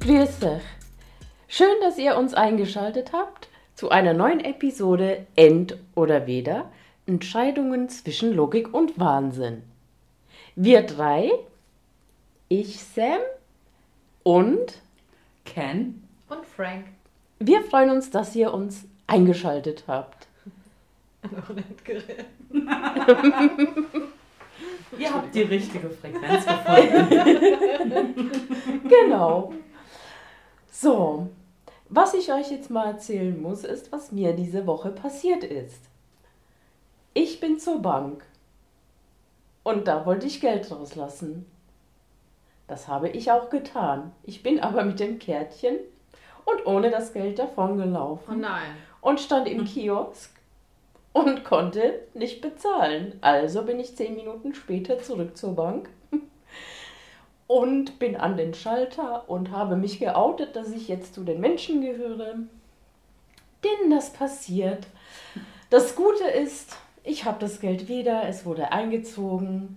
Grüß euch. Schön, dass ihr uns eingeschaltet habt zu einer neuen Episode End oder Weder, Entscheidungen zwischen Logik und Wahnsinn. Wir drei, ich, Sam und Ken und Frank. Wir freuen uns, dass ihr uns eingeschaltet habt. Ihr habt die richtige Frequenz gefunden. Genau. So, was ich euch jetzt mal erzählen muss, ist, was mir diese Woche passiert ist. Ich bin zur Bank und da wollte ich Geld rauslassen. Das habe ich auch getan. Ich bin aber mit dem Kärtchen und ohne das Geld davongelaufen. Oh nein. Und stand im Kiosk und konnte nicht bezahlen. Also bin ich 10 Minuten später zurück zur Bank und bin an den Schalter und habe mich geoutet, dass ich jetzt zu den Menschen gehöre, denen das passiert. Das Gute ist, ich habe das Geld wieder, es wurde eingezogen.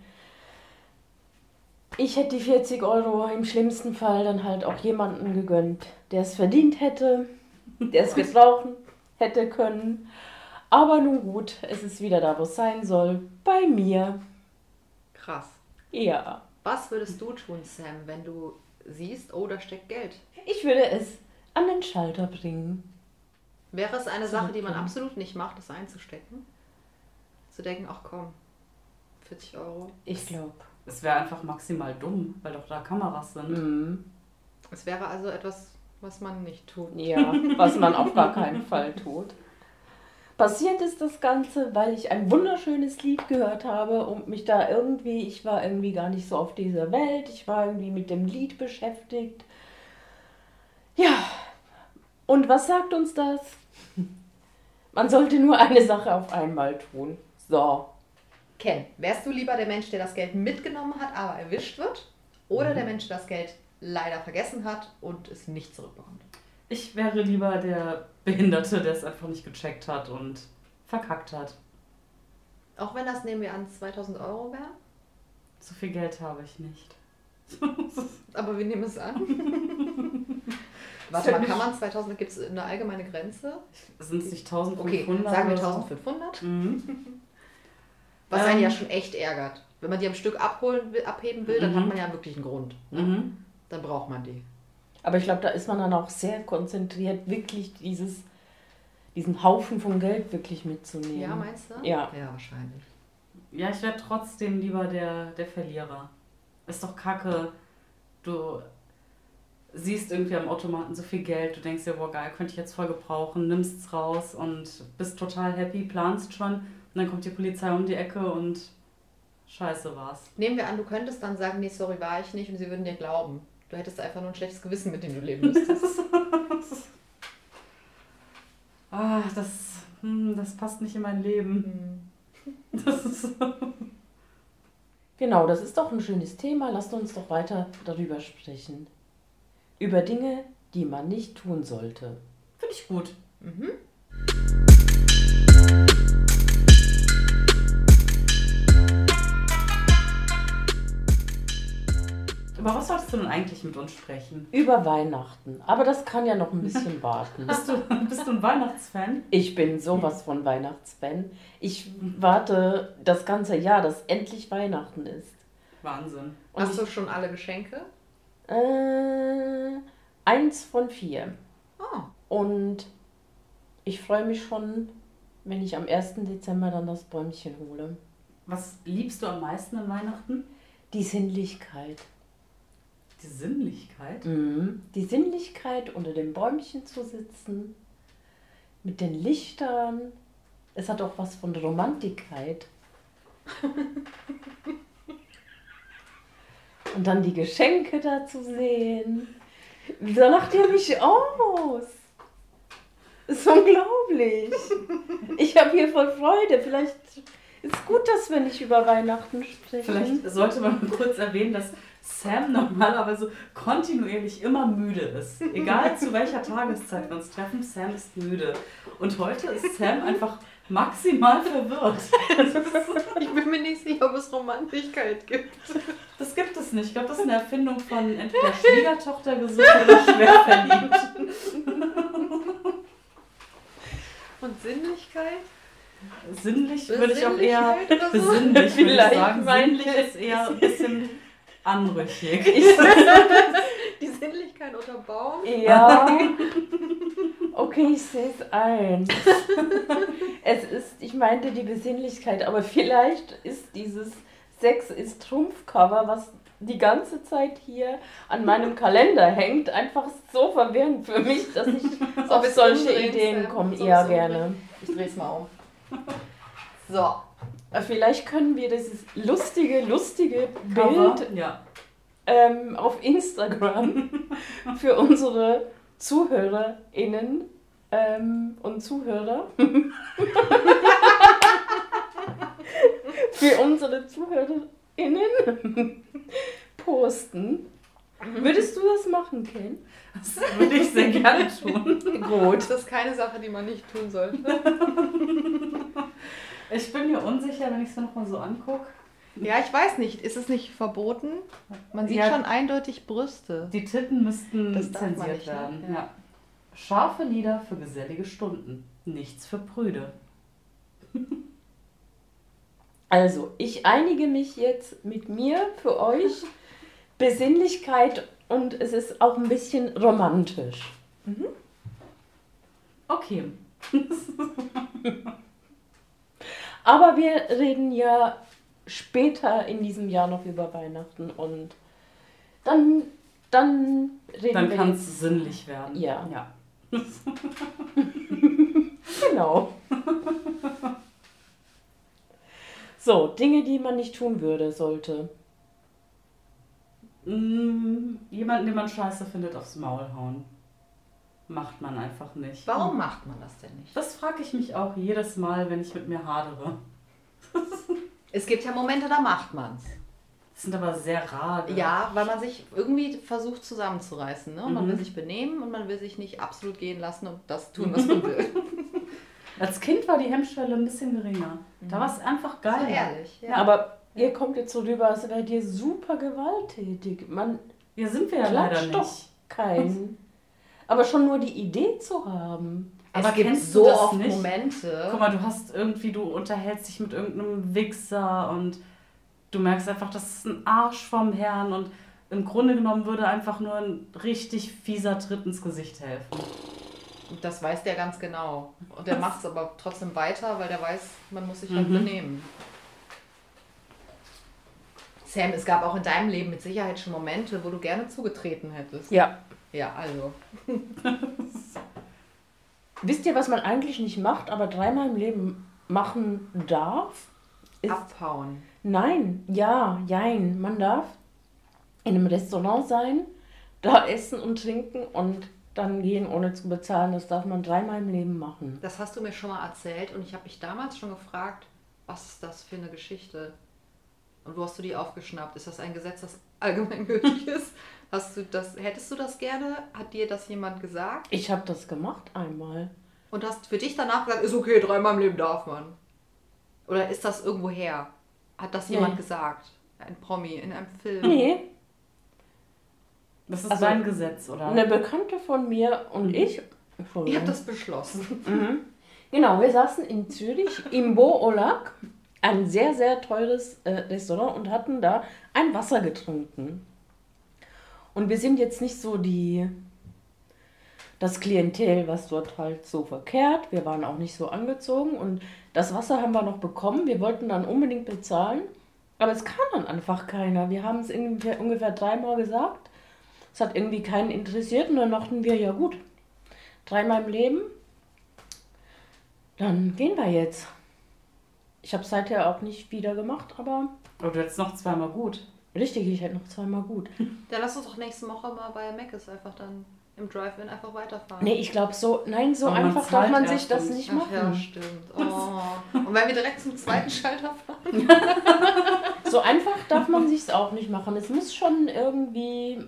Ich hätte die 40 € im schlimmsten Fall dann halt auch jemandem gegönnt, der es verdient hätte, der es gebrauchen hätte können. Aber nun gut, es ist wieder da, wo es sein soll. Bei mir. Krass. Ja. Was würdest du tun, Sam, wenn du siehst, oh, da steckt Geld? Ich würde es an den Schalter bringen. Wäre es eine Sache, die man absolut nicht macht, das einzustecken? Zu denken, ach komm, 40 €. Ich glaube. Es wäre einfach maximal dumm, weil doch da Kameras sind. Es wäre also etwas, was man nicht tut. Ja, was man auf gar keinen Fall tut. Passiert ist das Ganze, weil ich ein wunderschönes Lied gehört habe und mich da irgendwie, ich war irgendwie gar nicht so auf dieser Welt, ich war irgendwie mit dem Lied beschäftigt. Ja, und was sagt uns das? Man sollte nur eine Sache auf einmal tun. So. Ken, wärst du lieber der Mensch, der das Geld mitgenommen hat, aber erwischt wird? Oder der Mensch, der das Geld leider vergessen hat und es nicht zurückbekommt? Ich wäre lieber der Behinderte, der es einfach nicht gecheckt hat und verkackt hat. Auch wenn das, nehmen wir an, 2000 € wären? So viel Geld habe ich nicht. Aber wir nehmen es an. Warte mal, kann man 2000, gibt es eine allgemeine Grenze? Sind es nicht 1500? Okay, sagen wir oder so? 1500. Was einen ja schon echt ärgert. Wenn man die am Stück abheben will, dann hat man ja wirklich einen Grund. Ne? Dann braucht man die. Aber ich glaube, da ist man dann auch sehr konzentriert, wirklich diesen Haufen von Geld wirklich mitzunehmen. Ja, meinst du? Ja. Ja, wahrscheinlich. Ja, ich wäre trotzdem lieber der Verlierer. Ist doch kacke. Du siehst irgendwie am Automaten so viel Geld, du denkst dir, boah geil, könnte ich jetzt voll gebrauchen, nimmst es raus und bist total happy, planst schon und dann kommt die Polizei um die Ecke und scheiße war's. Nehmen wir an, du könntest dann sagen, nee, sorry, war ich nicht und sie würden dir glauben. Du hättest einfach nur ein schlechtes Gewissen, mit dem du leben müsstest. Das passt nicht in mein Leben. Das ist Genau, das ist doch ein schönes Thema. Lasst uns doch weiter darüber sprechen. Über Dinge, die man nicht tun sollte. Finde ich gut. Über was solltest du denn eigentlich mit uns sprechen? Über Weihnachten. Aber das kann ja noch ein bisschen warten. Bist du ein Weihnachtsfan? Ich bin sowas von Weihnachtsfan. Ich warte das ganze Jahr, dass endlich Weihnachten ist. Wahnsinn. Hast du schon alle Geschenke? 1 von 4. Oh. Und ich freue mich schon, wenn ich am 1. Dezember dann das Bäumchen hole. Was liebst du am meisten an Weihnachten? Die Sinnlichkeit. Die Sinnlichkeit? Die Sinnlichkeit, unter dem Bäumchen zu sitzen, mit den Lichtern. Es hat auch was von Romantikkeit. Und dann die Geschenke da zu sehen. Wieso lacht ihr mich aus? Das ist unglaublich. Ich habe hier voll Freude. Vielleicht ist es gut, dass wir nicht über Weihnachten sprechen. Vielleicht sollte man kurz erwähnen, dass Sam normalerweise kontinuierlich immer müde ist. Egal zu welcher Tageszeit wir uns treffen, Sam ist müde. Und heute ist Sam einfach maximal verwirrt. Ich bin mir nicht sicher, ob es Romantikkeit gibt. Das gibt es nicht. Ich glaube, das ist eine Erfindung von entweder Schwiegertochter gesucht oder schwer verliebt. Und Sinnlichkeit? Sinnlich würde ich auch eher Besinnlichkeit oder so? besinnlich würde ich Vielleicht sagen. meinte Sinnlich ist eher ein bisschen anrüchig. Die Sinnlichkeit unterbauen? Ja. Okay, ich sehe es ein. Ich meinte die Besinnlichkeit, aber vielleicht ist dieses Sex ist Trumpf-Cover, was die ganze Zeit hier an meinem Kalender hängt, einfach so verwirrend für mich, dass ich auf wir es solche umdrehen, Ideen Sam? komme. Soll Ja, es gerne. Ich drehe es mal um. So. Vielleicht können wir dieses lustige Cover, Bild ja. auf Instagram für unsere ZuhörerInnen und Zuhörer für unsere ZuhörerInnen posten. Würdest du das machen, Ken? Das würde ich sehr gerne tun. Gut. Das ist keine Sache, die man nicht tun sollte. Ich bin mir unsicher, wenn ich es mir nochmal so angucke. Ja, ich weiß nicht. Ist es nicht verboten? Man sieht Ja. schon eindeutig Brüste. Die Titten müssten Das darf man zensiert nicht, ne? werden. Ja. Ja. Scharfe Lieder für gesellige Stunden. Nichts für Prüde. Also, ich einige mich jetzt mit mir für euch. Besinnlichkeit und es ist auch ein bisschen romantisch. Okay. Aber wir reden ja später in diesem Jahr noch über Weihnachten und dann reden Dann wir kann jetzt. es sinnlich werden. Ja. Ja. Genau. So, Dinge, die man nicht tun sollte. Jemanden, den man scheiße findet, aufs Maul hauen. Macht man einfach nicht. Warum macht man das denn nicht? Das frage ich mich auch jedes Mal, wenn ich mit mir hadere. Es gibt ja Momente, da macht man's. Das sind aber sehr rar. Ja, weil man sich irgendwie versucht zusammenzureißen. Ne? Man will sich benehmen und man will sich nicht absolut gehen lassen und das tun, was man will. Als Kind war die Hemmschwelle ein bisschen geringer. Da war es einfach geil. So ehrlich. Ja. Aber ihr kommt jetzt so rüber, als wärt ihr super gewalttätig. Man Ja, sind wir ja leider klatscht doch nicht. keinen. Aber schon nur die Idee zu haben. Aber es gibt kennst du so das oft nicht? Momente. Guck mal, du unterhältst dich mit irgendeinem Wichser und du merkst einfach, das ist ein Arsch vom Herrn und im Grunde genommen würde einfach nur ein richtig fieser Tritt ins Gesicht helfen. Das weiß der ganz genau. Und der macht es aber trotzdem weiter, weil der weiß, man muss sich halt benehmen. Sam, es gab auch in deinem Leben mit Sicherheit schon Momente, wo du gerne zugetreten hättest. Ja. Ja, also. Wisst ihr, was man eigentlich nicht macht, aber dreimal im Leben machen darf? Ist Abhauen. Nein, ja, jein. Man darf in einem Restaurant sein, da essen und trinken und dann gehen, ohne zu bezahlen. Das darf man dreimal im Leben machen. Das hast du mir schon mal erzählt und ich habe mich damals schon gefragt, was ist das für eine Geschichte? Und wo hast du die aufgeschnappt? Ist das ein Gesetz, das allgemeingültig ist? Hättest du das gerne? Hat dir das jemand gesagt? Ich habe das gemacht einmal. Und hast für dich danach gesagt, ist okay, dreimal im Leben darf man? Oder ist das irgendwo her? Hat das jemand Nee. gesagt? Ein Promi in einem Film? Nee, Das ist Also, dein Gesetz, oder? eine Bekannte von mir und ich. Ihr habt das beschlossen. Genau, wir saßen in Zürich im Bo-Olak, ein sehr, sehr teures Restaurant und hatten da ein Wasser getrunken. Und wir sind jetzt nicht so das Klientel, was dort halt so verkehrt. Wir waren auch nicht so angezogen und das Wasser haben wir noch bekommen. Wir wollten dann unbedingt bezahlen, aber es kam dann einfach keiner. Wir haben es ungefähr 3-mal gesagt. Es hat irgendwie keinen interessiert und dann dachten wir, ja gut, 3-mal im Leben, dann gehen wir jetzt. Ich habe es seither auch nicht wieder gemacht, aber Aber du hättest noch 2-mal gut. richtig, ich hätte noch 2-mal gut. Dann lass uns doch nächste Woche mal bei Mc's einfach dann im Drive-In einfach weiterfahren. Nee, ich glaube so Aber einfach man darf zahlt man erst sich das und- nicht Ach ja, machen. stimmt. Oh. Und wenn wir direkt zum zweiten Schalter fahren? So einfach darf man sich's auch nicht machen. Es muss schon irgendwie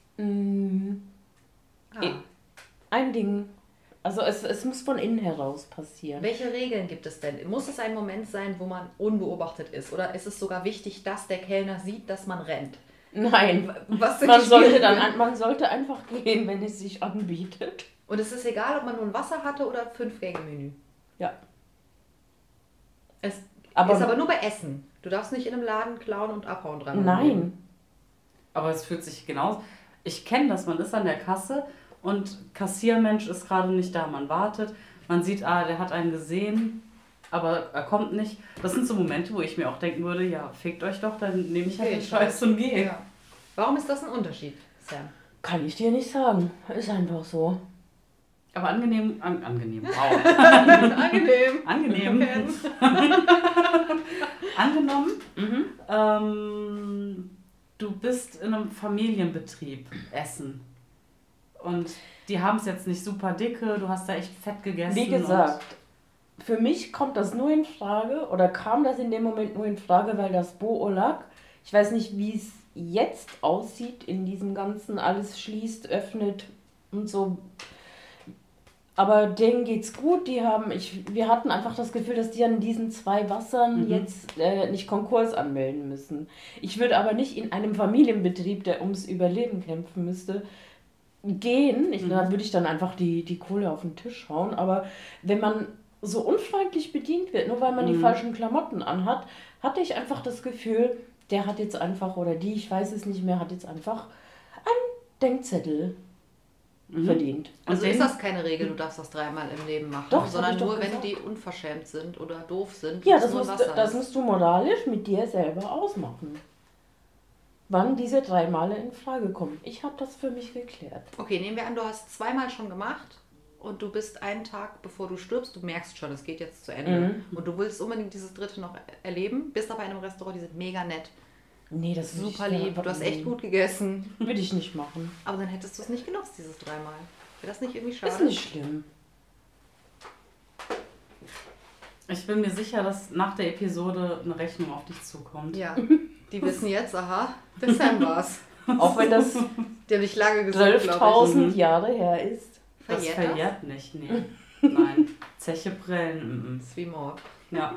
ein Ding, also es muss von innen heraus passieren. Welche Regeln gibt es denn? Muss es ein Moment sein, wo man unbeobachtet ist? Oder ist es sogar wichtig, dass der Kellner sieht, dass man rennt? Nein, Was sind man die sollte, Spiele? man sollte einfach gehen, wenn es sich anbietet. Und es ist egal, ob man nur ein Wasser hatte oder 5-Gänge-Menü. Ja. Es Aber- ist aber nur bei Essen. Du darfst nicht in einem Laden klauen und abhauen dran. Nein. Aber es fühlt sich genauso. Ich kenne das, man ist an der Kasse und Kassiermensch ist gerade nicht da. Man wartet, man sieht, der hat einen gesehen, aber er kommt nicht. Das sind so Momente, wo ich mir auch denken würde, ja, fickt euch doch, dann nehme ich halt den Scheiß und gehe. Ja. Warum ist das ein Unterschied, Sam? Kann ich dir nicht sagen. Ist einfach so. Aber angenehm, wow. Angenehm. Angenehm. Angenommen, du bist in einem Familienbetrieb essen und die haben es jetzt nicht super dicke, du hast da echt fett gegessen. Wie gesagt, für mich kommt das nur in Frage oder kam das in dem Moment nur in Frage, weil das Bo'olak, ich weiß nicht, wie es jetzt aussieht in diesem ganzen, alles schließt, öffnet und so. Aber denen geht's gut, wir hatten einfach das Gefühl, dass die an diesen 2 Wassern jetzt nicht Konkurs anmelden müssen. Ich würde aber nicht in einem Familienbetrieb, der ums Überleben kämpfen müsste, gehen. Da würde ich dann einfach die Kohle auf den Tisch hauen. Aber wenn man so unfreundlich bedient wird, nur weil man die falschen Klamotten anhat, hatte ich einfach das Gefühl, der hat jetzt einfach, oder die, ich weiß es nicht mehr, hat jetzt einfach einen Denkzettel verdient. Also Und ist den- das keine Regel, du darfst das 3-mal im Leben machen, Doch, das sondern hab ich doch nur, wenn gesagt. die unverschämt sind oder doof sind. Ja, dass das nur musst, Wasser das ist. musst du moralisch mit dir selber ausmachen. Wann diese 3 Male in Frage kommen. Ich habe das für mich geklärt. Okay, nehmen wir an, du hast 2-mal schon gemacht und du bist einen Tag, bevor du stirbst, du merkst schon, es geht jetzt zu Ende. Und du willst unbedingt dieses 3. noch erleben, bist aber in einem Restaurant, die sind mega nett, Nee, das würde super ich, lieb, du hast echt gut gegessen. Würde ich nicht machen. Aber dann hättest du es nicht genutzt, dieses 3-mal. Wäre das nicht irgendwie schade? Ist nicht schlimm. Ich bin mir sicher, dass nach der Episode eine Rechnung auf dich zukommt. Ja, die wissen jetzt, aha, der Sam war's. Auch wenn das Der hat nicht lange gesund, glaube 12.000 Jahre her ist. ich. Das Verjährt das? verjährt nicht, nee. Nein. Zeche prellen. Das ist wie Mord. Ja.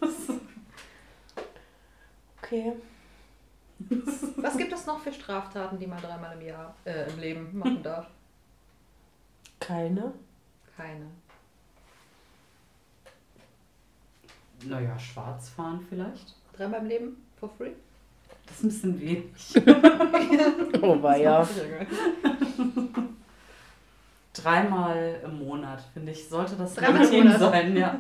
Okay. Was gibt es noch für Straftaten, die man 3-mal im Jahr, im Leben machen darf? Keine. Keine. Naja, schwarz fahren vielleicht. 3-mal im Leben? For free? Das ist ein bisschen wenig. Oh, war ja. 3-mal im Monat, finde ich, sollte das 3-mal im legitim Monat. sein, ja.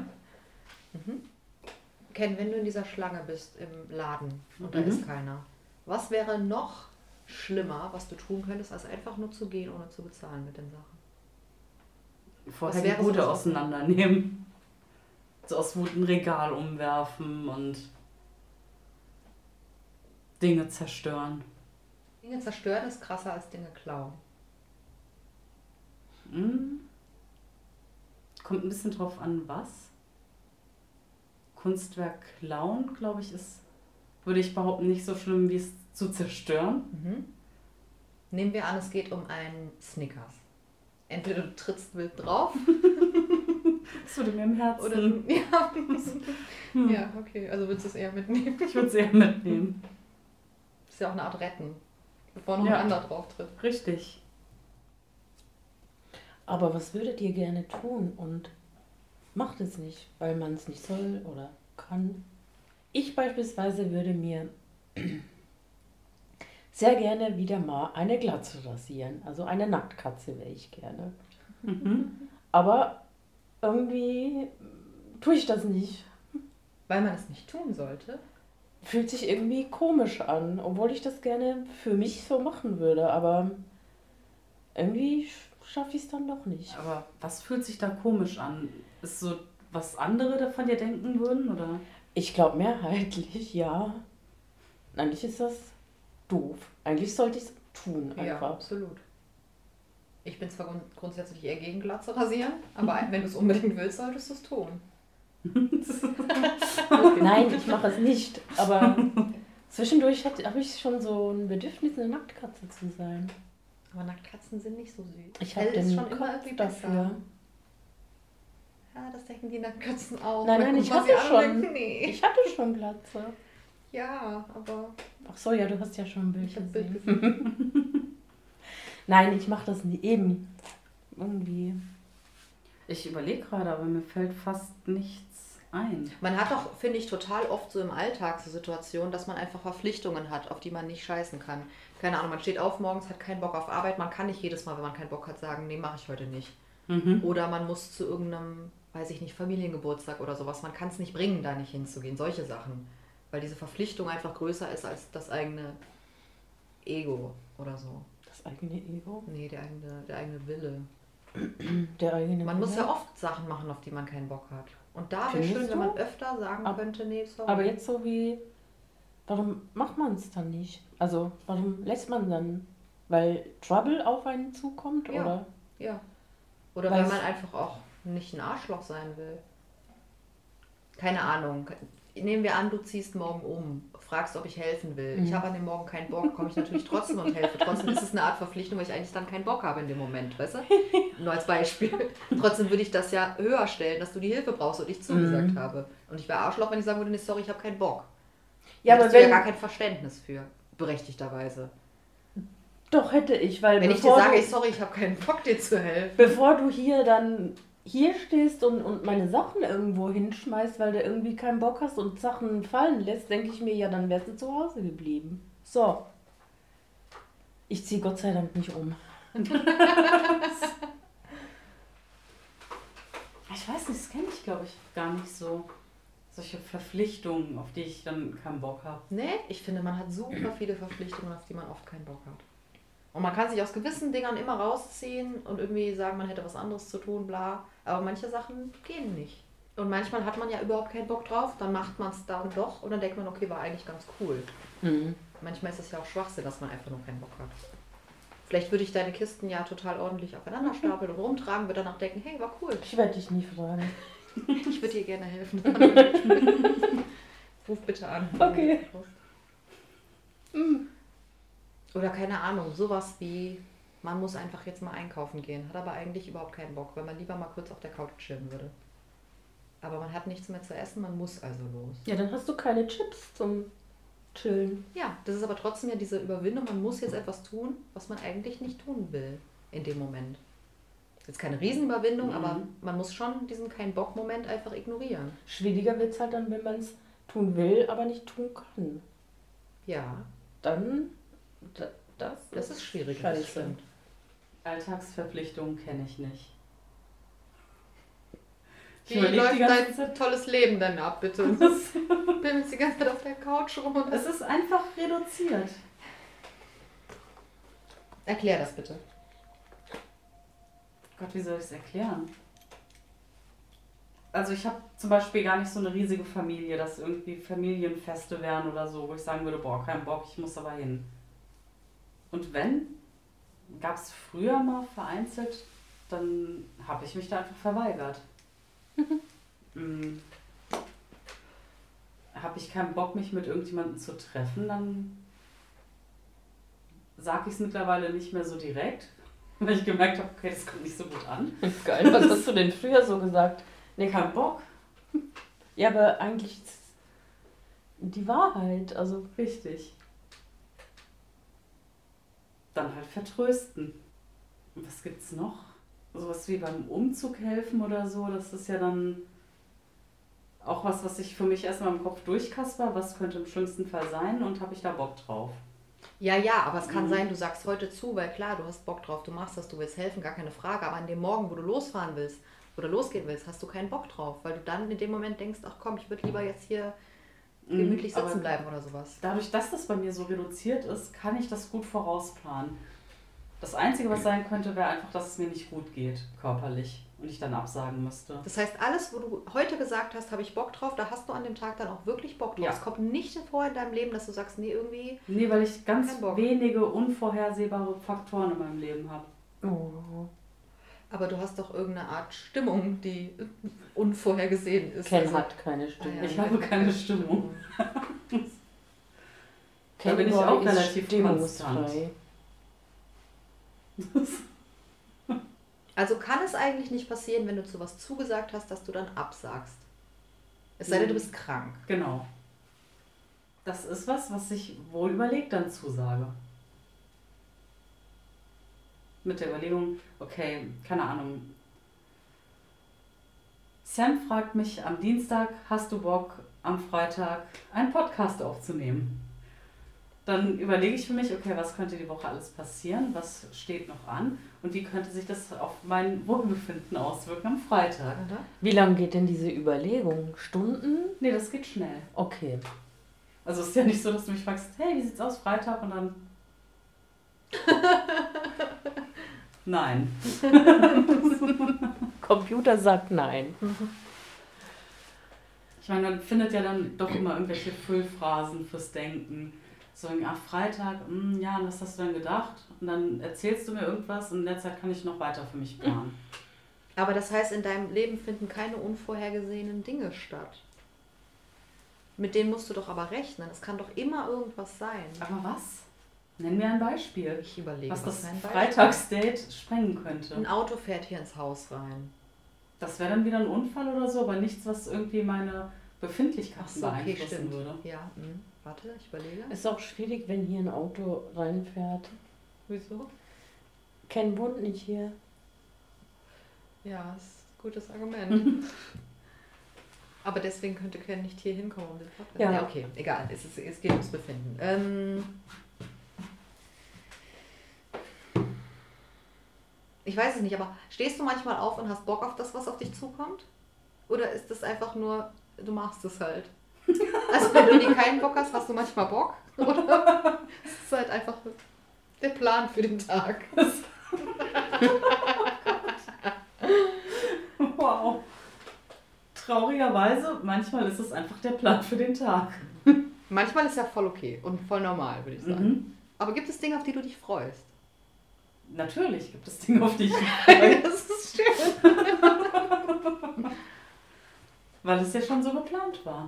Ken, wenn du in dieser Schlange bist im Laden und da ist keiner, was wäre noch schlimmer, was du tun könntest, als einfach nur zu gehen, ohne zu bezahlen mit den Sachen? Vorher Was die wäre Bude sowas? auseinandernehmen. So aus Wut ein Regal umwerfen und Dinge zerstören. Dinge zerstören ist krasser als Dinge klauen. Kommt ein bisschen drauf an, was. Kunstwerk klauen, glaube ich, ist, würde ich behaupten, nicht so schlimm wie es zu zerstören. Nehmen wir an, es geht um einen Snickers. Entweder du trittst wild drauf Das würde mir im Herzen. oder du, ja, okay, also willst du es eher mitnehmen. Ich würde es eher mitnehmen. Das ist ja auch eine Art Retten, bevor noch Ja. ein anderer drauf tritt. Richtig. Aber was würdet ihr gerne tun und macht es nicht, weil man es nicht soll oder kann? Ich beispielsweise würde mir sehr gerne wieder mal eine Glatze rasieren. Also eine Nacktkatze wäre ich gerne. Aber irgendwie tue ich das nicht. Weil man es nicht tun sollte. Fühlt sich irgendwie komisch an, obwohl ich das gerne für mich so machen würde. Aber irgendwie schaffe ich es dann doch nicht. Aber was fühlt sich da komisch an? Ist so, was andere davon dir denken würden, oder? Ich glaube mehrheitlich, ja. Eigentlich ist das doof. Eigentlich sollte ich es tun Ja, einfach. absolut. Ich bin zwar grundsätzlich eher gegen Glatze rasieren, aber wenn du es unbedingt willst, solltest du es tun. Nein, ich mache es nicht. Aber zwischendurch habe ich schon so ein Bedürfnis, eine Nacktkatze zu sein. Aber Nacktkatzen sind nicht so süß. Ich habe Fell ist den schon immer Kopf irgendwie dafür. besser. Ja, das denken die Nackkatzen auch. Nein, Dann ich gucken hatte wir sie an und schon. denken, nee. Ich hatte schon Glatze. Ja, aber Ach so, ja, du hast ja schon ein Bild ich habe Bild gesehen. gesehen. Nein, ich mache das nie eben. Irgendwie. Ich überlege gerade, aber mir fällt fast nichts ein. Man hat doch, finde ich, total oft so im Alltag so Situationen, dass man einfach Verpflichtungen hat, auf die man nicht scheißen kann. Keine Ahnung, man steht auf morgens, hat keinen Bock auf Arbeit. Man kann nicht jedes Mal, wenn man keinen Bock hat, sagen, nee, mache ich heute nicht. Oder man muss zu irgendeinem, weiß ich nicht, Familiengeburtstag oder sowas. Man kann es nicht bringen, da nicht hinzugehen. Solche Sachen. Weil diese Verpflichtung einfach größer ist als das eigene Ego oder so. Das eigene Ego. Nee, der eigene Wille. Der eigene Man muss Wille. ja oft Sachen machen, auf die man keinen Bock hat. Und da wäre Findest schön, wenn du? man öfter sagen könnte, nee, sorry. Aber jetzt so wie, warum macht man es dann nicht? Also, warum lässt man dann? Weil Trouble auf einen zukommt, Ja. oder? Ja. Oder Weil weil es- man einfach auch nicht ein Arschloch sein will. Keine Ahnung. Nehmen wir an, du ziehst morgen um, fragst, ob ich helfen will. Ich habe an dem Morgen keinen Bock, komme ich natürlich trotzdem und helfe. Trotzdem ist es eine Art Verpflichtung, weil ich eigentlich dann keinen Bock habe in dem Moment, weißt du? Nur als Beispiel. Trotzdem würde ich das ja höher stellen, dass du die Hilfe brauchst und ich zugesagt habe. Und ich wäre Arschloch, wenn ich sagen würde, nee, sorry, ich habe keinen Bock. Ja, Hättest aber du ja wenn, gar kein Verständnis für, berechtigterweise. doch hätte ich, weil Wenn ich dir bevor sage, du, sorry, ich habe keinen Bock, dir zu helfen. bevor du hier stehst und meine Sachen irgendwo hinschmeißt, weil du irgendwie keinen Bock hast und Sachen fallen lässt, denke ich mir, ja, dann wärst du zu Hause geblieben. So. Ich ziehe Gott sei Dank nicht um. Ich weiß nicht, das kenne ich, glaube ich, gar nicht so. Solche Verpflichtungen, auf die ich dann keinen Bock habe. Nee, ich finde, man hat super viele Verpflichtungen, auf die man oft keinen Bock hat. Und man kann sich aus gewissen Dingern immer rausziehen und irgendwie sagen, man hätte was anderes zu tun, bla. Aber manche Sachen gehen nicht. Und manchmal hat man ja überhaupt keinen Bock drauf, dann macht man es dann doch und dann denkt man, okay, war eigentlich ganz cool. Manchmal ist es ja auch Schwachsinn, dass man einfach nur keinen Bock hat. Vielleicht würde ich deine Kisten ja total ordentlich aufeinander stapeln und rumtragen, würde danach denken, hey, war cool. Ich werde dich nie fragen. Ich würde dir gerne helfen. Ruf bitte an. Okay. Oder keine Ahnung, sowas wie, man muss einfach jetzt mal einkaufen gehen, hat aber eigentlich überhaupt keinen Bock, weil man lieber mal kurz auf der Couch chillen würde. Aber man hat nichts mehr zu essen, man muss also los. Ja, dann hast du keine Chips zum Chillen. Ja, das ist aber trotzdem ja diese Überwindung, man muss jetzt etwas tun, was man eigentlich nicht tun will in dem Moment. Jetzt keine Riesenüberwindung, aber man muss schon diesen Kein-Bock-Moment einfach ignorieren. Schwieriger wird es halt dann, wenn man es tun will, aber nicht tun kann. Ja, Dann, das ist schwierig. Scheiße. Das stimmt. Alltagsverpflichtungen kenne ich nicht. Wie überleg läuft die ganze dein tolles Leben denn ab, bitte? Du bimmelst die ganze Zeit auf der Couch rum. Und Es ist einfach reduziert. Erklär das bitte. Gott, wie soll ich es erklären? Also ich habe zum Beispiel gar nicht so eine riesige Familie, dass irgendwie Familienfeste wären oder so, wo ich sagen würde, boah, kein Bock, ich muss aber hin. Und wenn, gab es früher mal vereinzelt, dann habe ich mich da einfach verweigert. Habe ich keinen Bock, mich mit irgendjemandem zu treffen, dann sage ich es mittlerweile nicht mehr so direkt, weil ich gemerkt habe, okay, das kommt nicht so gut an. Geil, was hast du denn früher so gesagt? Nee, kein Bock. Ja, aber eigentlich ist die Wahrheit, also Richtig. Dann halt vertrösten. Und was gibt's noch? Sowas wie beim Umzug helfen oder so, das ist ja dann auch was ich für mich erstmal im Kopf durchkasper, was könnte im schlimmsten Fall sein und habe ich da Bock drauf. Ja, aber es kann sein, du sagst heute zu, weil klar, du hast Bock drauf, du machst das, du willst helfen, gar keine Frage. Aber an dem Morgen, wo du losfahren willst oder losgehen willst, hast du keinen Bock drauf, weil du dann in dem Moment denkst, ach komm, ich würde lieber jetzt hier gemütlich aber sitzen bleiben oder sowas. Dadurch, dass das bei mir so reduziert ist, kann ich das gut vorausplanen. Das Einzige, was sein könnte, wäre einfach, dass es mir nicht gut geht, körperlich. Und ich dann absagen müsste. Das heißt, alles, wo du heute gesagt hast, habe ich Bock drauf, da hast du an dem Tag dann auch wirklich Bock drauf. Ja. Es kommt nicht vor in deinem Leben, dass du sagst, nee, irgendwie... Nee, weil ich ganz Kein Bock. wenige unvorhersehbare Faktoren in meinem Leben habe. oh. Aber du hast doch irgendeine Art Stimmung, die unvorhergesehen ist. Ken Also- hat keine Stimme. Ah, ja. Ich habe keine Stimmung. Ken bin ich auch ist relativ stimmungsfrei. Also kann es eigentlich nicht passieren, wenn du zu was zugesagt hast, dass du dann absagst. Es sei denn, du bist krank. Genau. das ist was ich wohl überlegt dann zusage. Mit der Überlegung, okay, keine Ahnung. Sam fragt mich am Dienstag, hast du Bock, am Freitag einen Podcast aufzunehmen? Dann überlege ich für mich, okay, was könnte die Woche alles passieren, was steht noch an und wie könnte sich das auf mein Wohlbefinden auswirken am Freitag. Wie lange geht denn diese Überlegung? Stunden? Nee, das geht schnell. Okay. Also es ist ja nicht so, dass du mich fragst, hey, wie sieht's aus Freitag und dann... Nein. Computer sagt nein. Ich meine, man findet ja dann doch immer irgendwelche Füllphrasen fürs Denken. So, Freitag, ja, und was hast du denn gedacht? Und dann erzählst du mir irgendwas und in der Zeit kann ich noch weiter für mich planen. Aber das heißt, in deinem Leben finden keine unvorhergesehenen Dinge statt. Mit denen musst du doch aber rechnen. Es kann doch immer irgendwas sein. Aber was? Nenn mir ein Beispiel. Ich überlege, was das ein Beispiel? Freitagsdate sprengen könnte. Ein Auto fährt hier ins Haus rein. Das wäre dann wieder ein Unfall oder so, aber nichts, was irgendwie meine Befindlichkeiten beeinflussen würde. Ja, warte, ich überlege. Ist auch schwierig, wenn hier ein Auto reinfährt. Wieso? Ken wohnt nicht hier. Ja, ist ein gutes Argument. Aber deswegen könnte Ken nicht hier hinkommen, um den Podcast. Ja. Ja, okay, egal. Es geht ums Befinden. Ich weiß es nicht, aber stehst du manchmal auf und hast Bock auf das, was auf dich zukommt? Oder ist das einfach nur, du machst es halt? Also wenn du nie keinen Bock hast, hast du manchmal Bock? Oder es ist halt einfach der Plan für den Tag? Wow. Traurigerweise, manchmal ist es einfach der Plan für den Tag. Manchmal ist ja voll okay und voll normal, würde ich sagen. Aber gibt es Dinge, auf die du dich freust? Natürlich gibt es Dinge, auf die ich mich freue. Das ist schön. Weil es ja schon so geplant war.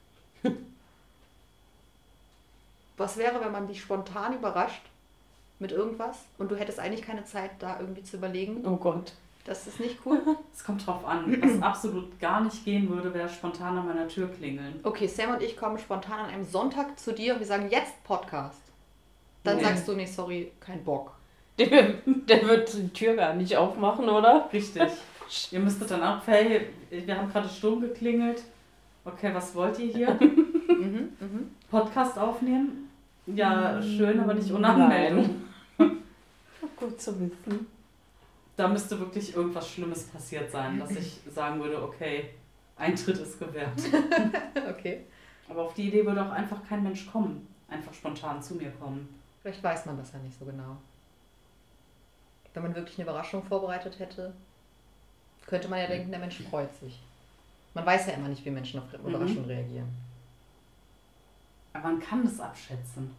Was wäre, wenn man dich spontan überrascht mit irgendwas und du hättest eigentlich keine Zeit, da irgendwie zu überlegen? Oh Gott. Das ist nicht cool. Es kommt drauf an. Was absolut gar nicht gehen würde, wäre spontan an meiner Tür klingeln. Okay, Sam und ich kommen spontan an einem Sonntag zu dir und wir sagen, jetzt Podcast. Dann Nee. sagst du, nee, sorry, kein Bock. Der wird die Tür gar nicht aufmachen, oder? Richtig. Ihr müsstet dann auch, hey, wir haben gerade Sturm geklingelt. Okay, was wollt ihr hier? Podcast aufnehmen? Ja, schön, aber nicht ohne Anmeldung. Gut zu wissen. Da müsste wirklich irgendwas Schlimmes passiert sein, dass ich sagen würde, okay, Eintritt ist gewährt. Okay. Aber auf die Idee würde auch einfach kein Mensch kommen. Einfach spontan zu mir kommen. Vielleicht weiß man das ja nicht so genau. Wenn man wirklich eine Überraschung vorbereitet hätte, könnte man ja denken, der Mensch freut sich. Man weiß ja immer nicht, wie Menschen auf Überraschungen reagieren. Aber man kann das abschätzen.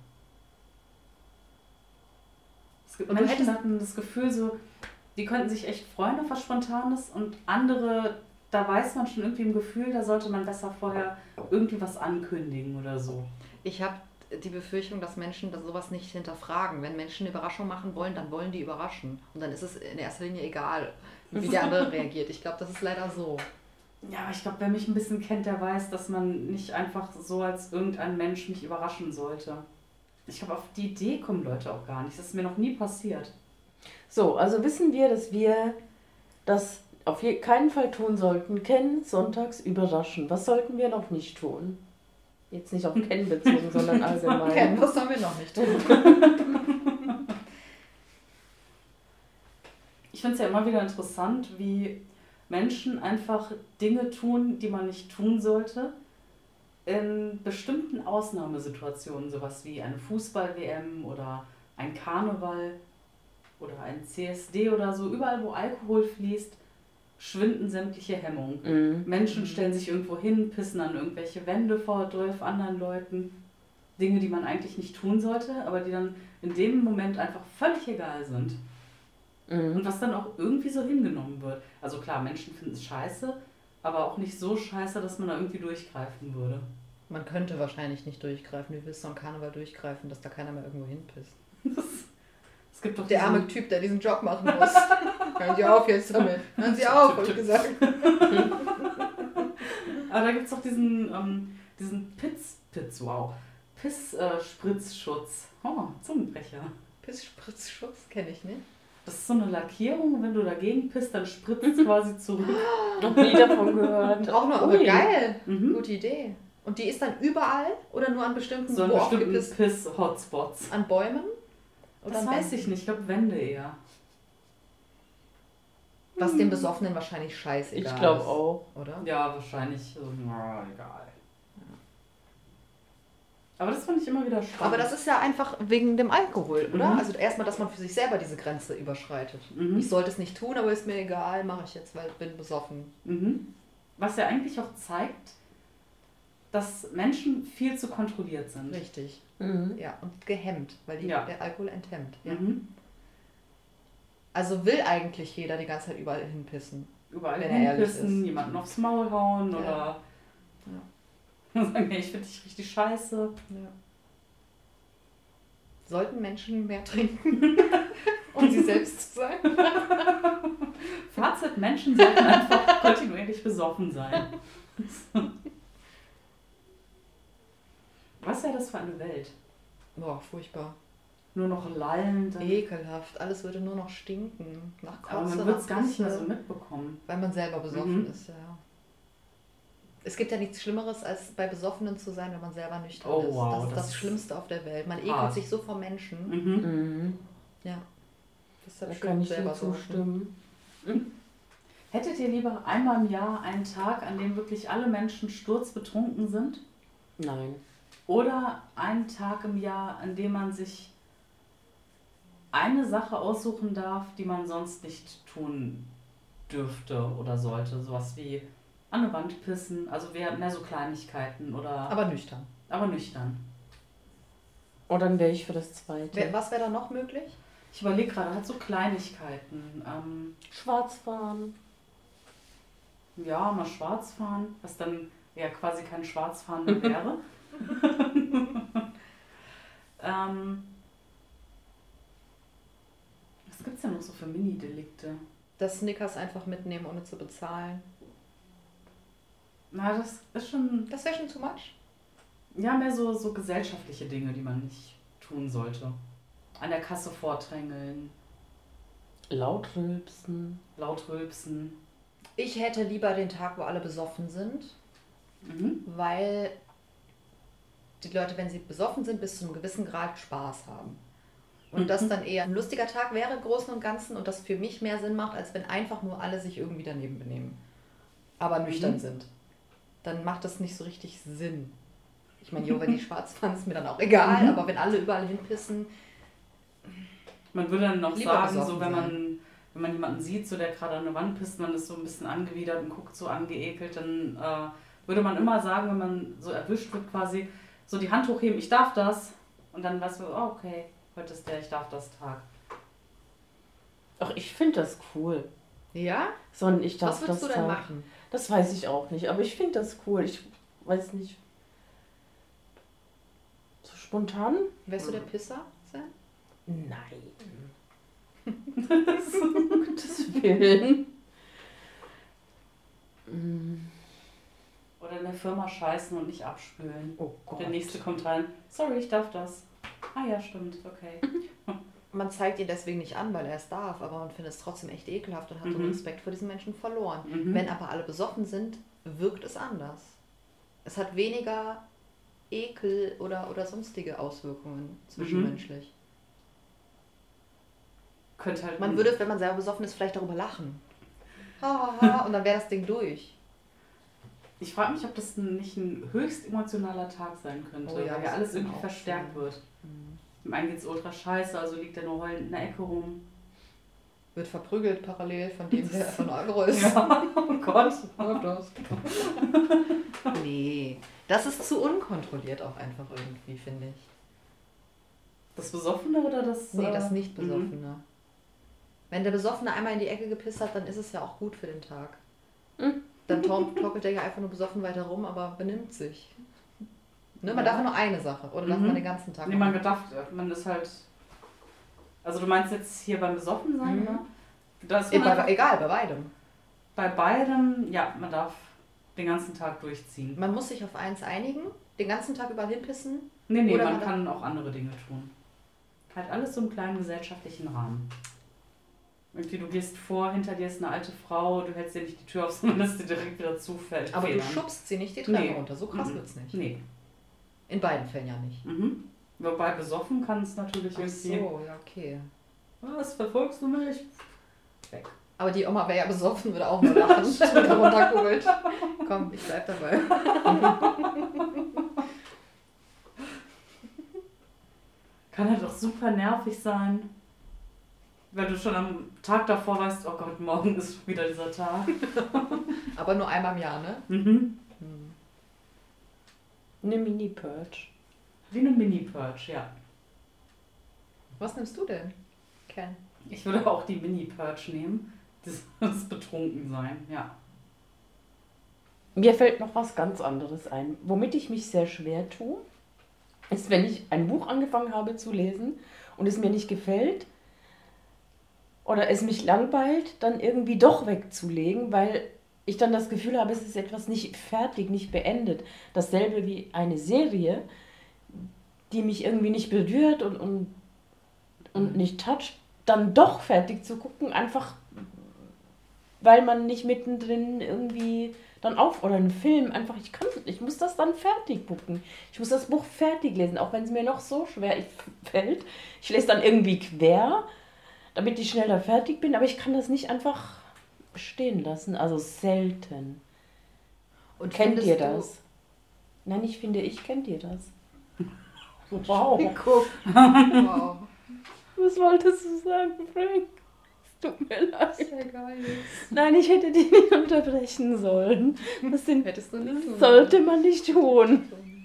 Es gibt Und du Menschen, die hättest- hatten das Gefühl so, die könnten sich echt freuen auf was Spontanes und andere, da weiß man schon irgendwie im Gefühl, da sollte man besser vorher irgendwie was ankündigen oder so. Ich habe die Befürchtung, dass Menschen das sowas nicht hinterfragen. Wenn Menschen eine Überraschung machen wollen, dann wollen die überraschen. Und dann ist es in erster Linie egal, wie der andere reagiert. Ich glaube, das ist leider so. Ja, aber ich glaube, wer mich ein bisschen kennt, der weiß, dass man nicht einfach so als irgendein Mensch mich überraschen sollte. Ich glaube, auf die Idee kommen Leute auch gar nicht. Das ist mir noch nie passiert. So, also wissen wir, dass wir das auf keinen Fall tun sollten. Ken sonntags überraschen. Was sollten wir noch nicht tun? Jetzt nicht auf Ken bezogen, sondern allgemein. Ken, was sollen wir noch nicht tun? Ich finde es ja immer wieder interessant, wie Menschen einfach Dinge tun, die man nicht tun sollte, in bestimmten Ausnahmesituationen, sowas wie eine Fußball-WM oder ein Karneval oder ein CSD oder so, überall wo Alkohol fließt, schwinden sämtliche Hemmungen. Menschen stellen sich irgendwo hin, pissen an irgendwelche Wände vor 12 anderen Leuten. Dinge, die man eigentlich nicht tun sollte, aber die dann in dem Moment einfach völlig egal sind. Und was dann auch irgendwie so hingenommen wird. Also klar, Menschen finden es scheiße, aber auch nicht so scheiße, dass man da irgendwie durchgreifen würde. Man könnte wahrscheinlich nicht durchgreifen. Wie willst du am Karneval durchgreifen, dass da keiner mehr irgendwo hinpisst? Es gibt doch Der arme Typ, der diesen Job machen muss. Hören Sie auf jetzt damit. Hören Sie auf, habe ich gesagt. Aber da gibt es doch diesen Pissspritzschutz. Oh, Zungenbrecher. Pissspritzschutz kenne ich nicht. Das ist so eine Lackierung, wenn du dagegen pisst, dann spritzt es quasi zurück. Noch nie davon gehört. Auch noch, Ui. aber geil. Mhm. Gute Idee. Und die ist dann überall oder nur an bestimmten, So an wo auch bestimmten gepisst? Piss-Hotspots. An Bäumen? Oder Das an weiß Wänden? ich nicht, ich glaube Wände eher. Was dem Besoffenen wahrscheinlich scheißegal Ich glaube ist, auch. oder? Ja, wahrscheinlich. Na, egal. Aber das fand ich immer wieder spannend. Aber das ist ja einfach wegen dem Alkohol, oder? Mhm. Also erstmal, dass man für sich selber diese Grenze überschreitet. Mhm. Ich sollte es nicht tun, aber ist mir egal, mache ich jetzt, weil ich bin besoffen. Mhm. Was ja eigentlich auch zeigt, dass Menschen viel zu kontrolliert sind. Richtig. Mhm. Ja, und gehemmt, weil Ja. der Alkohol enthemmt. Ja. Mhm. Also will eigentlich jeder die ganze Zeit überall hinpissen. Überall Wenn er ehrlich hinpissen, ist. jemanden aufs Maul hauen Ja. oder sagen, hey, ich finde dich richtig scheiße. Ja. Sollten Menschen mehr trinken, um sie selbst zu sein? Fazit, Menschen sollten einfach kontinuierlich besoffen sein. Was wäre das für eine Welt? Boah, furchtbar. Nur noch lallend. Ekelhaft. Alles würde nur noch stinken. Nach Kotze, Aber man nach wird es gar nicht mehr Pisse, so mitbekommen. weil man selber besoffen Mhm. ist, ja. Es gibt ja nichts Schlimmeres, als bei Besoffenen zu sein, wenn man selber nüchtern Oh, ist. wow, Das ist das das Schlimmste auf der Welt. Man hart. ekelt sich so vor Menschen. Mhm. Mhm. Ja. Da Deshalb schön kann ich dir selber saufen. zustimmen. Hättet ihr lieber einmal im Jahr einen Tag, an dem wirklich alle Menschen sturzbetrunken sind? Nein. Oder einen Tag im Jahr, an dem man sich eine Sache aussuchen darf, die man sonst nicht tun dürfte oder sollte? Sowas wie an eine Wand pissen, also mehr so Kleinigkeiten oder Aber nüchtern. aber nüchtern. Und dann wäre ich für das zweite. Was wäre da noch möglich? Ich überlege gerade, halt so Kleinigkeiten. Schwarz fahren. Ja, mal schwarz fahren, was dann ja quasi kein Schwarzfahren mehr wäre. Was gibt's denn noch so für Mini-Delikte? Das Snickers einfach mitnehmen, ohne zu bezahlen. Na, das ist schon, Das wäre schon too much. ja, mehr so gesellschaftliche Dinge, die man nicht tun sollte. An der Kasse vordrängeln, Laut rülpsen. laut rülpsen. Ich hätte lieber den Tag, wo alle besoffen sind, Mhm. weil die Leute, wenn sie besoffen sind, bis zu einem gewissen Grad Spaß haben. Und das dann eher ein lustiger Tag wäre im Großen und Ganzen und das für mich mehr Sinn macht, als wenn einfach nur alle sich irgendwie daneben benehmen. Aber nüchtern sind. Dann macht das nicht so richtig Sinn. Ich meine, jo, wenn die schwarz fahren, ist mir dann auch egal, aber wenn alle überall hinpissen, Man würde dann noch Lieber sagen, besoffen so wenn man jemanden sieht, so der gerade an der Wand pisst, man ist so ein bisschen angewidert und guckt so angeekelt, dann würde man immer sagen, wenn man so erwischt wird quasi, so die Hand hochheben, ich darf das. Und dann weißt du, oh, okay, heute ist der Ich darf das Tag. Ach, ich finde das cool. ja? So ein Ich darf Was würdest das du denn Tag. machen? Das weiß ich auch nicht, aber ich finde das cool. Ich weiß nicht. So spontan? Wärst du der Pisser? Sam? Nein. Um Gottes Willen. Oder in der Firma scheißen und nicht abspülen. Oh Gott. Der nächste kommt rein, sorry, ich darf das. Ah ja, stimmt, okay. Man zeigt ihn deswegen nicht an, weil er es darf, aber man findet es trotzdem echt ekelhaft und hat den Respekt vor diesen Menschen verloren. Mhm. Wenn aber alle besoffen sind, wirkt es anders. Es hat weniger Ekel oder sonstige Auswirkungen zwischenmenschlich. Könnte halt Man würde, wenn man selber besoffen ist, vielleicht darüber lachen. Ha, ha, ha, und dann wäre das Ding durch. Ich frage mich, ob das nicht ein höchst emotionaler Tag sein könnte, Oh ja, weil das ja alles kann irgendwie auch verstärkt sein. wird. Dem einen geht es ultra scheiße, also liegt er nur heulend in der Ecke rum. Wird verprügelt parallel von dem, der von Agro ist. Ja, oh Gott. Nee, das ist zu unkontrolliert auch einfach irgendwie, finde ich. Das Besoffene oder das... Nee, das nicht Besoffene. Wenn der Besoffene einmal in die Ecke gepisst hat, dann ist es ja auch gut für den Tag. Dann torkelt der ja einfach nur besoffen weiter rum, aber benimmt sich. Ne, man Ja. darf ja nur eine Sache. Oder darf man den ganzen Tag Nee, man machen? gedacht, man ist halt... Also du meinst jetzt hier beim Besoffensein, ne? Da ist man einfach Egal, bei beidem. bei beidem, ja, man darf den ganzen Tag durchziehen. Man muss sich auf eins einigen, den ganzen Tag überall hinpissen Nee, Oder man kann auch andere Dinge tun. Halt alles so im kleinen gesellschaftlichen Rahmen. Irgendwie, du gehst vor, hinter dir ist eine alte Frau, du hältst dir nicht die Tür auf, sondern lässt dir direkt wieder zufällt. Aber du schubst sie nicht die Treppe runter, so krass wird's nicht. Nee. In beiden Fällen ja nicht. Wobei besoffen kann es natürlich irgendwie... So, ja, okay. Was, verfolgst du mich? Weg. Aber die Oma wäre ja besoffen, würde auch nur lachen, wenn er runterkurbelt. Komm, ich bleib dabei. Kann halt auch super nervig sein. Weil du schon am Tag davor weißt, oh Gott, morgen ist wieder dieser Tag. Aber nur einmal im Jahr, ne? Eine Mini-Purge. Wie eine Mini-Purge, ja. Was nimmst du denn, Ken? Ich würde auch die Mini-Purge nehmen. Das Betrunkensein, ja. Mir fällt noch was ganz anderes ein. Womit ich mich sehr schwer tue, ist, wenn ich ein Buch angefangen habe zu lesen und es mir nicht gefällt oder es mich langweilt, dann irgendwie doch wegzulegen, weil ich dann das Gefühl habe, es ist etwas nicht fertig, nicht beendet. Dasselbe wie eine Serie, die mich irgendwie nicht berührt und nicht toucht, dann doch fertig zu gucken, einfach weil man nicht mittendrin irgendwie dann oder einen Film, einfach, ich muss das dann fertig gucken. Ich muss das Buch fertig lesen, auch wenn es mir noch so schwer fällt. Ich lese dann irgendwie quer, damit ich schneller fertig bin, aber ich kann das nicht einfach stehen lassen, also selten. Und kennt ihr das? Nein, kennt ihr das? Wow. Wow. Was wolltest du sagen, Frank? Es tut mir leid. Sehr geil. Nein, ich hätte dich nicht unterbrechen sollen. Hättest du nicht tun. Sollte man nicht tun.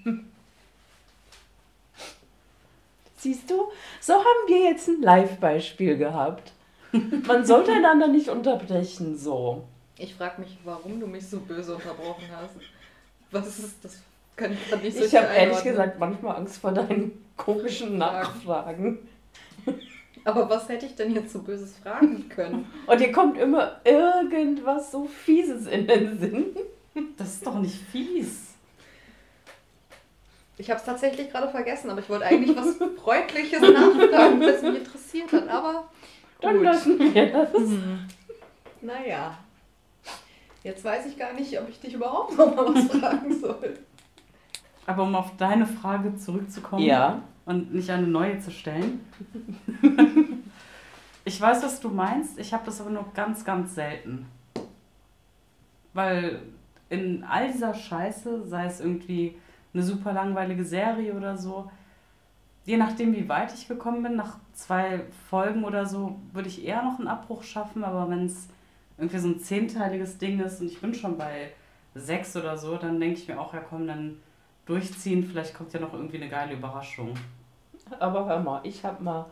Siehst du, so haben wir jetzt ein Live-Beispiel gehabt. Man sollte einander nicht unterbrechen, so. Ich frage mich, warum du mich so böse unterbrochen hast. Was ist das? Kann ich gerade nicht so Ich habe ehrlich einordnen. gesagt manchmal Angst vor deinen komischen Nachfragen. Aber was hätte ich denn jetzt so Böses fragen können? Und dir kommt immer irgendwas so Fieses in den Sinn. Das ist doch nicht fies. Ich habe es tatsächlich gerade vergessen, aber ich wollte eigentlich was Freundliches nachfragen, was mich interessiert hat. Aber Dann lassen wir das. Naja. Jetzt weiß ich gar nicht, ob ich dich überhaupt noch mal was fragen soll. Aber um auf deine Frage zurückzukommen Ja. und nicht eine neue zu stellen. Ich weiß, was du meinst. Ich habe das aber nur ganz, ganz selten. Weil in all dieser Scheiße, sei es irgendwie eine super langweilige Serie oder so, je nachdem, wie weit ich gekommen bin, nach 2 Folgen oder so, würde ich eher noch einen Abbruch schaffen. Aber wenn es irgendwie so ein 10-teiliges Ding ist und ich bin schon bei 6 oder so, dann denke ich mir auch, ja komm, dann durchziehen, vielleicht kommt ja noch irgendwie eine geile Überraschung. Aber hör mal, ich habe mal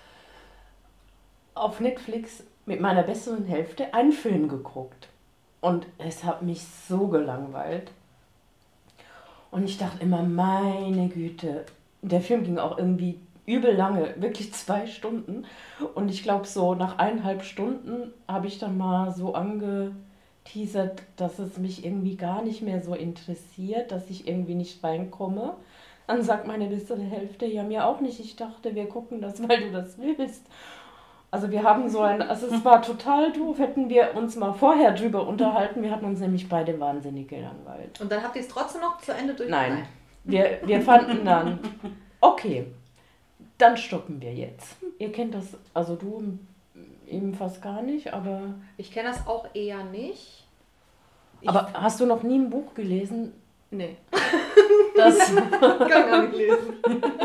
auf Netflix mit meiner besseren Hälfte einen Film geguckt. Und es hat mich so gelangweilt. Und ich dachte immer, meine Güte, der Film ging auch irgendwie übel lange, wirklich 2 Stunden. Und ich glaube, so nach 1,5 Stunden habe ich dann mal so angeteasert, dass es mich irgendwie gar nicht mehr so interessiert, dass ich irgendwie nicht reinkomme. Dann sagt meine bessere Hälfte, ja, mir auch nicht. Ich dachte, wir gucken das, weil du das willst. Also wir haben also es war total doof, hätten wir uns mal vorher drüber unterhalten. Wir hatten uns nämlich beide wahnsinnig gelangweilt. Und dann habt ihr es trotzdem noch zu Ende durch? Nein. Wir fanden dann, okay, dann stoppen wir jetzt. Ihr kennt das, also du eben fast gar nicht, aber... Ich kenne das auch eher nicht. Aber hast du noch nie ein Buch gelesen? Nee. Das, Gar nicht gelesen.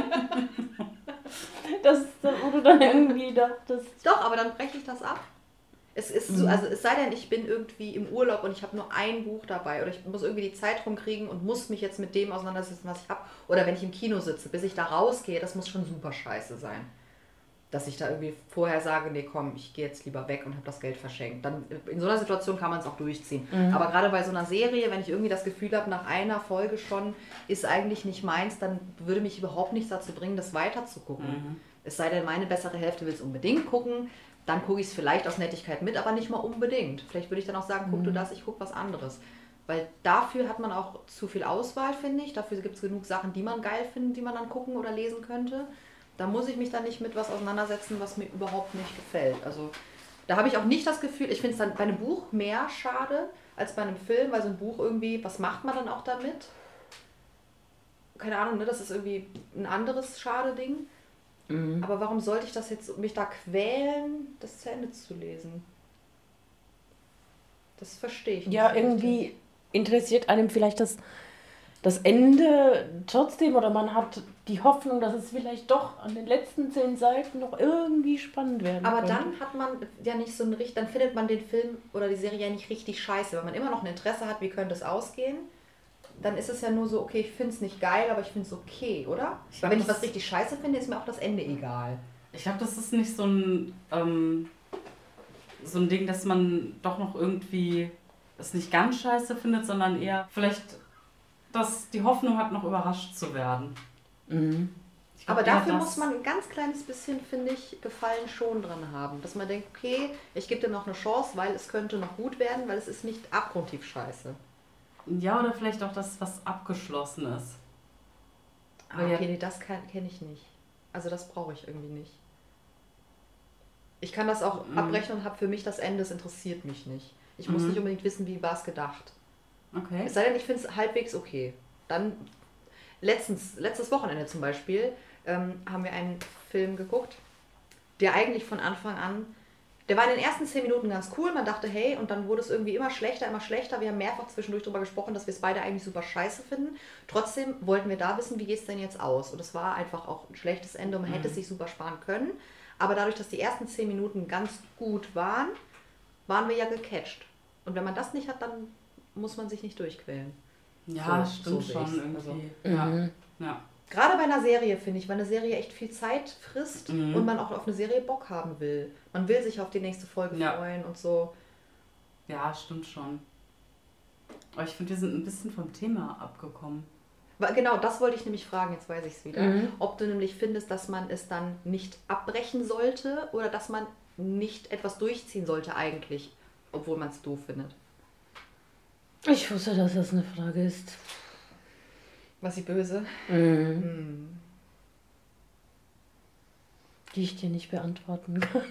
wo du dann irgendwie dachtest... Doch, aber dann breche ich das ab. Es ist so, also es sei denn, ich bin irgendwie im Urlaub und ich habe nur ein Buch dabei oder ich muss irgendwie die Zeit rumkriegen und muss mich jetzt mit dem auseinandersetzen, was ich habe. Oder wenn ich im Kino sitze, bis ich da rausgehe, das muss schon super scheiße sein. Dass ich da irgendwie vorher sage, nee komm, ich gehe jetzt lieber weg und habe das Geld verschenkt. Dann in so einer Situation kann man es auch durchziehen. Aber gerade bei so einer Serie, wenn ich irgendwie das Gefühl habe, nach einer Folge schon ist eigentlich nicht meins, dann würde mich überhaupt nichts dazu bringen, das weiter zu gucken. Es sei denn, meine bessere Hälfte will es unbedingt gucken, dann gucke ich es vielleicht aus Nettigkeit mit, aber nicht mal unbedingt. Vielleicht würde ich dann auch sagen, guck du das, ich gucke was anderes. Weil dafür hat man auch zu viel Auswahl, finde ich. Dafür gibt es genug Sachen, die man geil findet, die man dann gucken oder lesen könnte. Da muss ich mich dann nicht mit was auseinandersetzen, was mir überhaupt nicht gefällt. Also da habe ich auch nicht das Gefühl, ich finde es dann bei einem Buch mehr schade als bei einem Film, weil so ein Buch irgendwie, was macht man dann auch damit? Keine Ahnung, ne? Das ist irgendwie ein anderes schade Ding. Mhm. Aber warum sollte ich das jetzt mich da quälen, das zu Ende zu lesen? Das verstehe ich nicht. Ja, so irgendwie richtig. interessiert einem vielleicht das Ende trotzdem oder man hat die Hoffnung, dass es vielleicht doch an den letzten 10 Seiten noch irgendwie spannend werden Aber könnte. dann hat man ja nicht so ein richtig, dann findet man den Film oder die Serie ja nicht richtig scheiße, weil man immer noch ein Interesse hat, wie könnte es ausgehen. Dann ist es ja nur so, okay, ich finde es nicht geil, aber ich finde es okay, oder? Ich Weil glaub, wenn ich das- was richtig scheiße finde, ist mir auch das Ende egal. Ich glaube, das ist nicht so ein Ding, dass man doch noch irgendwie es nicht ganz scheiße findet, sondern eher vielleicht, dass die Hoffnung hat, noch überrascht zu werden. Mhm. Ich glaub, Aber eher dafür das- muss man ein ganz kleines bisschen, finde ich, Gefallen schon dran haben. Dass man denkt, okay, ich gebe dem noch eine Chance, weil es könnte noch gut werden, weil es ist nicht abgrundtief scheiße. Ja, oder vielleicht auch das, was abgeschlossen ist. Ah, okay, nee, das kenne ich nicht. Also das brauche ich irgendwie nicht. Ich kann das auch abbrechen und habe für mich das Ende, es interessiert mich nicht. Ich muss nicht unbedingt wissen, wie war es gedacht. Okay. Es sei denn, ich finde es halbwegs okay. Dann, letztes Wochenende zum Beispiel, haben wir einen Film geguckt, der eigentlich von Anfang an, der war in den ersten 10 Minuten ganz cool, man dachte, hey, und dann wurde es irgendwie immer schlechter, immer schlechter. Wir haben mehrfach zwischendurch darüber gesprochen, dass wir es beide eigentlich super scheiße finden. Trotzdem wollten wir da wissen, wie geht es denn jetzt aus? Und es war einfach auch ein schlechtes Ende und man hätte es sich super sparen können. Aber dadurch, dass die ersten 10 Minuten ganz gut waren, waren wir ja gecatcht. Und wenn man das nicht hat, dann muss man sich nicht durchquälen. Ja, So stimmt sehe schon ich's. irgendwie. Also, Mhm. Ja. Gerade bei einer Serie, finde ich, weil eine Serie echt viel Zeit frisst und man auch auf eine Serie Bock haben will. Man will sich auf die nächste Folge Ja. freuen und so. Ja, stimmt schon. Aber ich finde, wir sind ein bisschen vom Thema abgekommen. Genau, das wollte ich nämlich fragen, jetzt weiß ich es wieder. Mhm. Ob du nämlich findest, dass man es dann nicht abbrechen sollte oder dass man nicht etwas durchziehen sollte eigentlich, obwohl man es doof findet. Ich wusste, dass das eine Frage ist. Was sie böse? Mhm. Die ich dir nicht beantworten kann.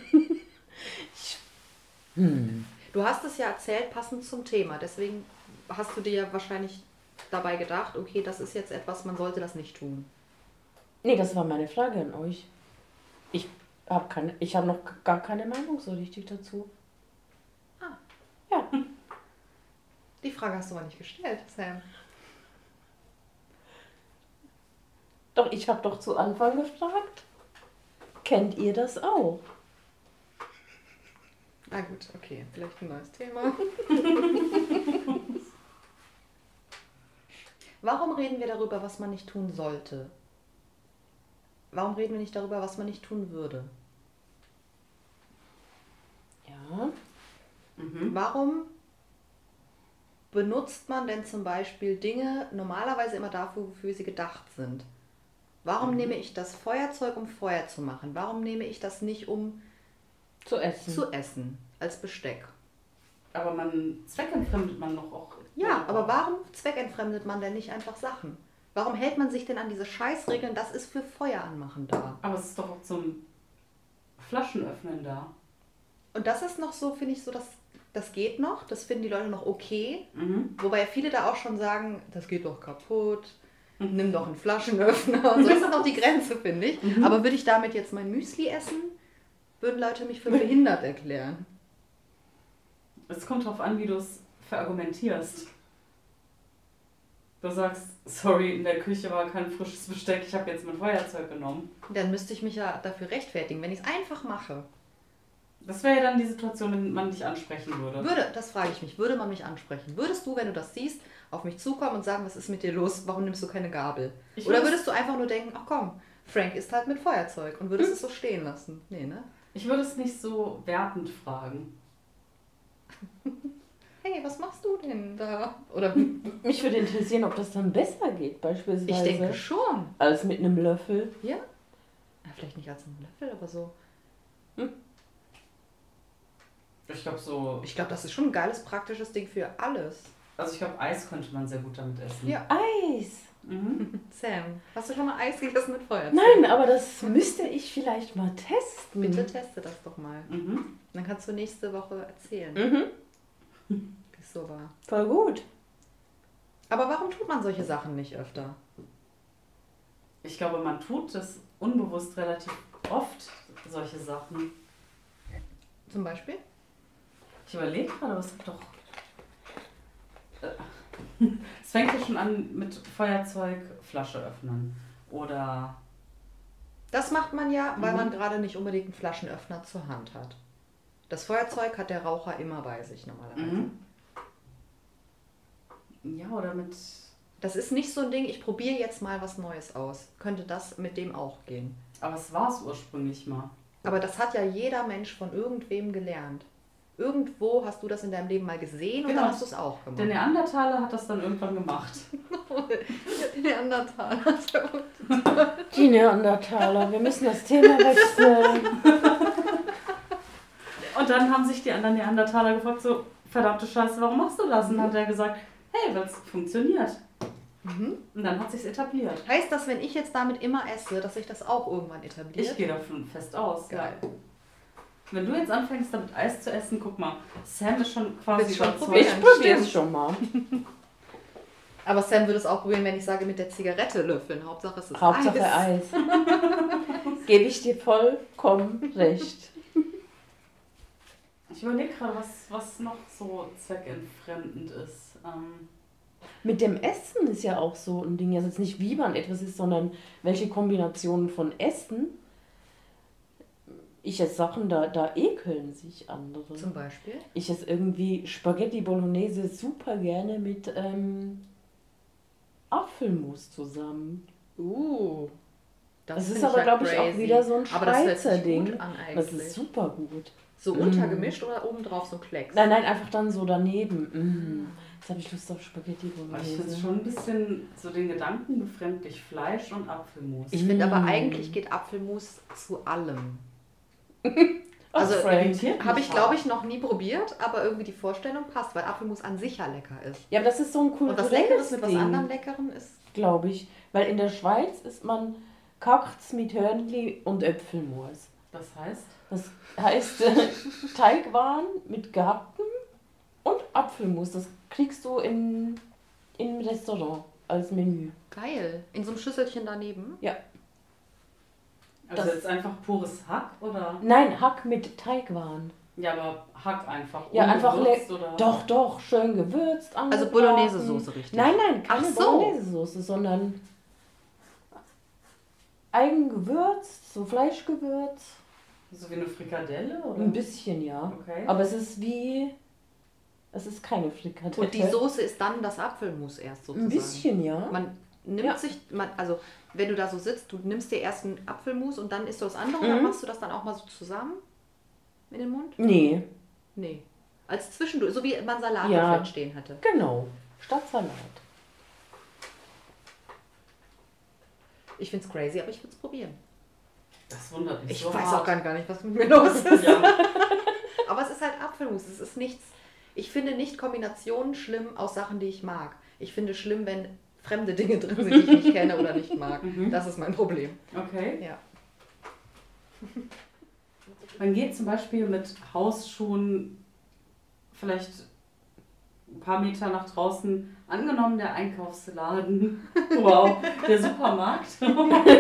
Du hast es ja erzählt, passend zum Thema. Deswegen hast du dir ja wahrscheinlich dabei gedacht, okay, das ist jetzt etwas, man sollte das nicht tun. Nee, das war meine Frage an euch. Ich habe noch gar keine Meinung so richtig dazu. Ja. Die Frage hast du aber nicht gestellt, Sam. Doch, ich habe doch zu Anfang gefragt. Kennt ihr das auch? Na gut, okay, vielleicht ein neues Thema. Warum reden wir darüber, was man nicht tun sollte? Warum reden wir nicht darüber, was man nicht tun würde? Ja. Warum benutzt man denn zum Beispiel Dinge normalerweise immer dafür, wofür sie gedacht sind? Warum nehme ich das Feuerzeug, um Feuer zu machen? Warum nehme ich das nicht, um Zu essen. zu essen, als Besteck? Aber man zweckentfremdet man doch auch. Ja, aber warum zweckentfremdet man denn nicht einfach Sachen? Warum hält man sich denn an diese Scheißregeln? Das ist für Feuer anmachen da. Aber es ist doch auch zum Flaschenöffnen da. Und das ist noch so, finde ich, so, das geht noch. Das finden die Leute noch okay. Wobei viele da auch schon sagen, das geht doch kaputt. Nimm doch einen Flaschenöffner. Und so ist das noch die Grenze, finde ich. Aber würde ich damit jetzt mein Müsli essen, würden Leute mich für behindert erklären. Es kommt drauf an, wie du es verargumentierst. Du sagst, sorry, in der Küche war kein frisches Besteck, ich habe jetzt mein Feuerzeug genommen. Dann müsste ich mich ja dafür rechtfertigen, wenn ich es einfach mache. Das wäre ja dann die Situation, wenn man dich ansprechen würde. Das frage ich mich, würde man mich ansprechen? Würdest du, wenn du das siehst, auf mich zukommen und sagen, was ist mit dir los, warum nimmst du keine Gabel? Oder würdest du einfach nur denken, ach komm, Frank isst halt mit Feuerzeug und würdest es so stehen lassen? Nee, ne? Ich würde es nicht so wertend fragen. Hey, was machst du denn da? Oder Mich würde interessieren, ob das dann besser geht, beispielsweise. ich denke schon. Als mit einem Löffel. Ja? Ja, vielleicht nicht als ein Löffel, aber so. Ich glaube so. Ich glaube, das ist schon ein geiles, praktisches Ding für alles. Also ich glaube, Eis könnte man sehr gut damit essen. Ja. Eis. Mhm. Sam, hast du schon mal Eis gegessen mit Feuerzeug? Nein, aber das müsste ich vielleicht mal testen. Bitte teste das doch mal. Mhm. Dann kannst du nächste Woche erzählen, Mhm. wie es so war. Voll gut. Aber warum tut man solche Sachen nicht öfter? Ich glaube, man tut das unbewusst relativ oft, solche Sachen. Zum Beispiel? Ich überlege gerade, was doch... Es fängt ja schon an mit Feuerzeug, Flasche öffnen. Oder... Das macht man ja, weil man gerade nicht unbedingt einen Flaschenöffner zur Hand hat. Das Feuerzeug hat der Raucher immer bei sich normalerweise. Ja, oder mit... Das ist nicht so ein Ding, ich probiere jetzt mal was Neues aus. Könnte das mit dem auch gehen? Aber es war es ursprünglich mal. Aber das hat ja jeder Mensch von irgendwem gelernt. Irgendwo hast du das in deinem Leben mal gesehen und Genau. dann hast du es auch gemacht. Der Neandertaler hat das dann irgendwann gemacht. Die Neandertaler. Die Neandertaler, wir müssen das Thema wechseln. Und dann haben sich die anderen Neandertaler gefragt, so, verdammte Scheiße, warum machst du das? Und dann hat er gesagt, hey, weil es funktioniert. Und dann hat sich's etabliert. Heißt das, wenn ich jetzt damit immer esse, dass sich das auch irgendwann etabliert? Ich gehe davon fest aus. Geil. Ja. Wenn du jetzt anfängst, damit Eis zu essen, guck mal, Sam ist schon quasi Willst schon überzeugt. probieren? Ich probiere es schon mal. Aber Sam würde es auch probieren, wenn ich sage, mit der Zigarette löffeln. Hauptsache es ist Hauptsache Eis. Gebe ich dir vollkommen recht. Ich überlege gerade, was noch so zweckentfremdend ist. Mit dem Essen ist ja auch so ein Ding. Also jetzt nicht, wie man etwas isst, sondern welche Kombinationen von Essen. Ich esse Sachen, da ekeln sich andere. Zum Beispiel? Ich esse irgendwie Spaghetti Bolognese super gerne mit Apfelmus zusammen. Das ist aber, glaube ich, auch wieder so ein Aber das hört sich Schweizer Ding. gut an Das eigentlich. ist super gut. So untergemischt oder obendrauf so Klecks? Nein, einfach dann so daneben. Jetzt habe ich Lust auf Spaghetti Aber ich finde es Bolognese. schon ein bisschen so den Gedanken befremdlich, Fleisch und Apfelmus. Ich finde aber eigentlich geht Apfelmus zu allem. Also irritiert habe mich ich, glaube ich, noch nie probiert, aber irgendwie die Vorstellung passt, weil Apfelmus an sich ja lecker ist. Ja, aber das ist so ein Und was Leckeres kulturelles mit was Ding, anderem Leckeren ist. glaube ich. Weil in der Schweiz isst man Kakts mit Hörnli und Äpfelmus. Das heißt, Das heißt Teigwaren mit Garten und Apfelmus. Das kriegst du im Restaurant als Menü. Geil. In so einem Schüsselchen daneben. also Das- jetzt einfach pures Hack oder? Nein, Hack mit Teigwaren. Ja, aber Hack einfach. Ja, ohne einfach Gewürz, oder? Doch, schön gewürzt. Also angebraten. Bolognese-Soße richtig. Nein, keine Ach so. Bolognese-Soße, sondern Eigengewürz, so Fleischgewürz. So wie eine Frikadelle, oder? Ein bisschen, ja. Okay. Aber es ist keine Frikadelle. Und die Soße ist dann das Apfelmus erst sozusagen. Ein bisschen, ja. Man nimmt Ja. also wenn du da so sitzt, du nimmst dir erst einen Apfelmus und dann isst du das andere oder machst du das dann auch mal so zusammen in den Mund? Nee, Nee. Als Zwischendurch, so wie man Salat Ja. drin stehen hatte. genau. Statt Salat. Ich find's crazy, aber ich würde es probieren. Das wundert mich Ich so weiß hart. auch gar nicht, was mit mir los ist. Ja. Aber es ist halt Apfelmus. Es ist nichts. Ich finde nicht Kombinationen schlimm aus Sachen, die ich mag. Ich finde schlimm, wenn fremde Dinge drin sind, die ich nicht kenne oder nicht mag. Das ist mein Problem. Okay. Ja. Man geht zum Beispiel mit Hausschuhen vielleicht ein paar Meter nach draußen, angenommen der Einkaufsladen, wow, der Supermarkt. Das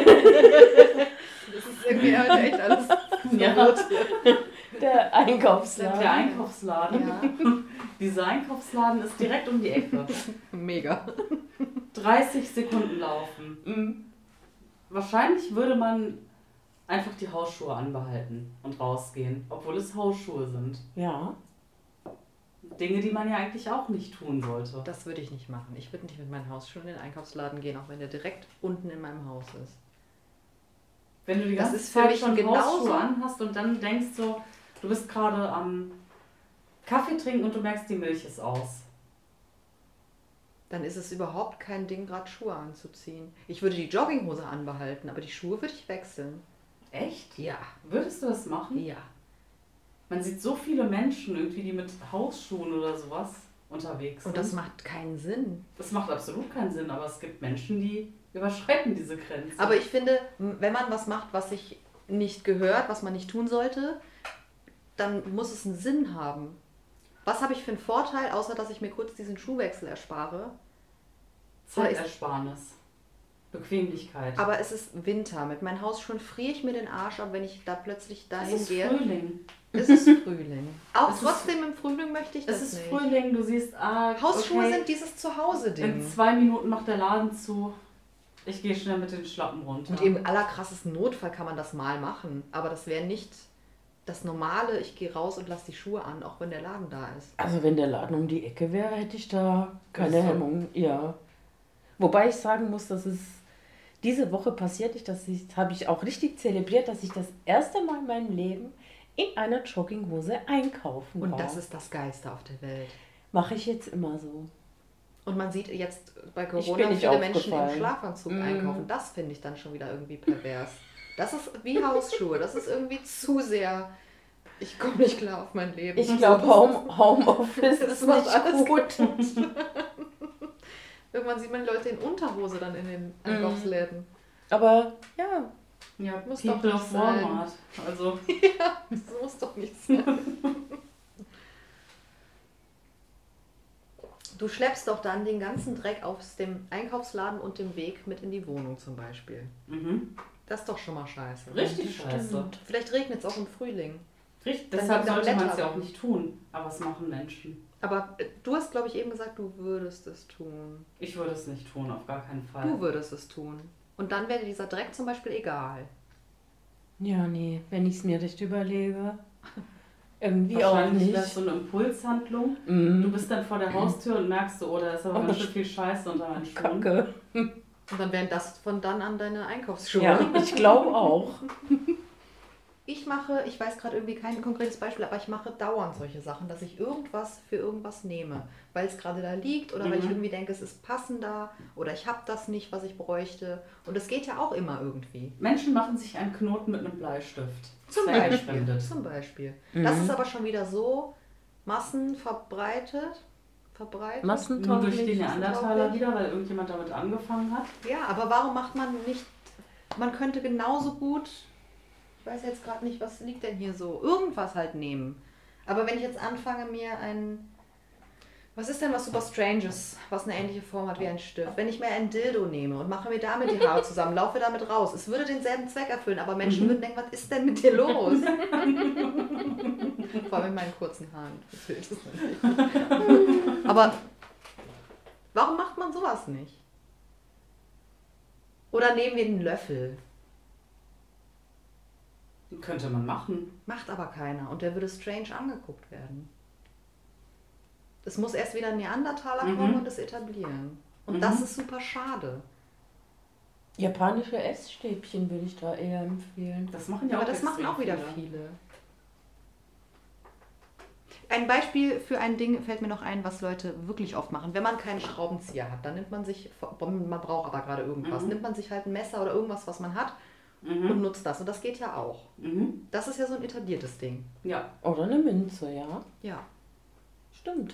ist irgendwie heute echt alles Ja. verwirrt. Der Einkaufsladen. Der Einkaufsladen. Ja, Dieser Einkaufsladen ist direkt um die Ecke. mega. 30 Sekunden laufen. Wahrscheinlich würde man einfach die Hausschuhe anbehalten und rausgehen, obwohl es Hausschuhe sind. Ja. Dinge, die man ja eigentlich auch nicht tun sollte. Das würde ich nicht machen. Ich würde nicht mit meinen Hausschuhen in den Einkaufsladen gehen, auch wenn der direkt unten in meinem Haus ist. Wenn du die Das ganze ist für Zeit mich schon genauso- Hausschuhe anhast und dann denkst so, du bist gerade am Kaffee trinken und du merkst, die Milch ist aus. Dann ist es überhaupt kein Ding, gerade Schuhe anzuziehen. Ich würde die Jogginghose anbehalten, aber die Schuhe würde ich wechseln. Echt? Ja. Würdest du das machen? Ja. Man sieht so viele Menschen irgendwie, die mit Hausschuhen oder sowas. unterwegs Und sind. das macht keinen Sinn. Das macht absolut keinen Sinn, aber es gibt Menschen, die überschreiten diese Grenzen. Aber ich finde, wenn man was macht, was sich nicht gehört, was man nicht tun sollte, dann muss es einen Sinn haben. Was habe ich für einen Vorteil, außer dass ich mir kurz diesen Schuhwechsel erspare? Zeitersparnis. Bequemlichkeit. Aber es ist Winter. Mit meinen Hausschuhen friere ich mir den Arsch ab, wenn ich da plötzlich dahin es ist gehe. Frühling. Es ist Frühling. Auch Es ist- trotzdem im Frühling möchte ich das Es ist nicht. Frühling, du siehst, Hausschuhe okay, sind dieses Zuhause-Ding. in 2 Minuten macht der Laden zu. Ich gehe schnell mit den Schlappen runter. Und im allerkrassesten Notfall kann man das mal machen. Aber das wäre nicht das Normale, ich gehe raus und lasse die Schuhe an, auch wenn der Laden da ist. Also wenn der Laden um die Ecke wäre, hätte ich da keine Ist so. Hemmung. Ja. Wobei ich sagen muss, dass es diese Woche passiert ist, habe ich auch richtig zelebriert, dass ich das erste Mal in meinem Leben in einer Jogginghose einkaufen Und war. das ist das Geilste auf der Welt. Mache ich jetzt immer so. Und man sieht jetzt bei bin Corona nicht viele Menschen im aufgefallen. Schlafanzug Mm. einkaufen. Das finde ich dann schon wieder irgendwie pervers. Das ist wie Hausschuhe. Das ist irgendwie zu sehr. Ich komme nicht klar auf mein Leben. Ich glaube, Homeoffice Das ist macht nicht alles gut. Irgendwann sieht man die Leute in Unterhose dann in den Einkaufsläden. Aber ja, Ja, Muss doch People nicht of sein. Walmart. Also, Das muss doch nicht sein. Du schleppst doch dann den ganzen Dreck aus dem Einkaufsladen und dem Weg mit in die Wohnung zum Beispiel. Das ist doch schon mal scheiße. richtig scheiße. stimmt. Vielleicht regnet es auch im Frühling. Richtig, Dann deshalb liegt da sollte man es Blätter ja auch rum. nicht tun. Aber es machen Menschen. Aber du hast, glaube ich, eben gesagt, du würdest es tun. Ich würde es nicht tun, auf gar keinen Fall. Du würdest es tun. Und dann wäre dir dieser Dreck zum Beispiel egal. ja, nee, wenn ich es mir recht überlege. Irgendwie auch Wahrscheinlich wäre es nicht. so eine Impulshandlung. Mhm. Du bist dann vor der Haustür und merkst so, oh, da ist aber ganz schön viel Scheiße unter meinen Schuhen. Kacke. Und dann wären das von dann an deine Einkaufsschuhe. Ja, ich glaube auch. Ich weiß gerade irgendwie kein konkretes Beispiel, aber ich mache dauernd solche Sachen, dass ich irgendwas für irgendwas nehme. Weil es gerade da liegt oder weil ich irgendwie denke, es ist passender oder ich habe das nicht, was ich bräuchte. Und das geht ja auch immer irgendwie. Menschen machen sich einen Knoten mit einem Bleistift. Zum Sehr Beispiel. gespendet. Zum Beispiel. Das ist aber schon wieder so massenverbreitet. Nur Massentauglich. durch den Neandertaler wieder, weil irgendjemand damit angefangen hat. Ja, aber warum macht man nicht, man könnte genauso gut, ich weiß jetzt gerade nicht, was liegt denn hier so, irgendwas halt nehmen. Aber wenn ich jetzt anfange, mir was ist denn was super Stranges, was eine ähnliche Form hat wie ein Stift? Wenn ich mir ein Dildo nehme und mache mir damit die Haare zusammen, laufe damit raus, es würde denselben Zweck erfüllen, aber Menschen würden denken, was ist denn mit dir los? Vor allem mit meinen kurzen Haaren. Das Bild ist natürlich. Aber warum macht man sowas nicht? Oder nehmen wir einen Löffel? Könnte man machen. Macht aber keiner und der würde strange angeguckt werden. Es muss erst wieder ein Neandertaler kommen und es etablieren. Und das ist super schade. Japanische Essstäbchen würde ich da eher empfehlen. Das machen ja Aber auch das machen extrem auch wieder viele. Ein Beispiel für ein Ding fällt mir noch ein, was Leute wirklich oft machen. Wenn man keinen Schraubenzieher hat, dann nimmt man sich, man braucht aber gerade irgendwas, nimmt man sich halt ein Messer oder irgendwas, was man hat und nutzt das. Und das geht ja auch. Das ist ja so ein etabliertes Ding. Ja. Oder eine Münze, ja. Ja. Stimmt.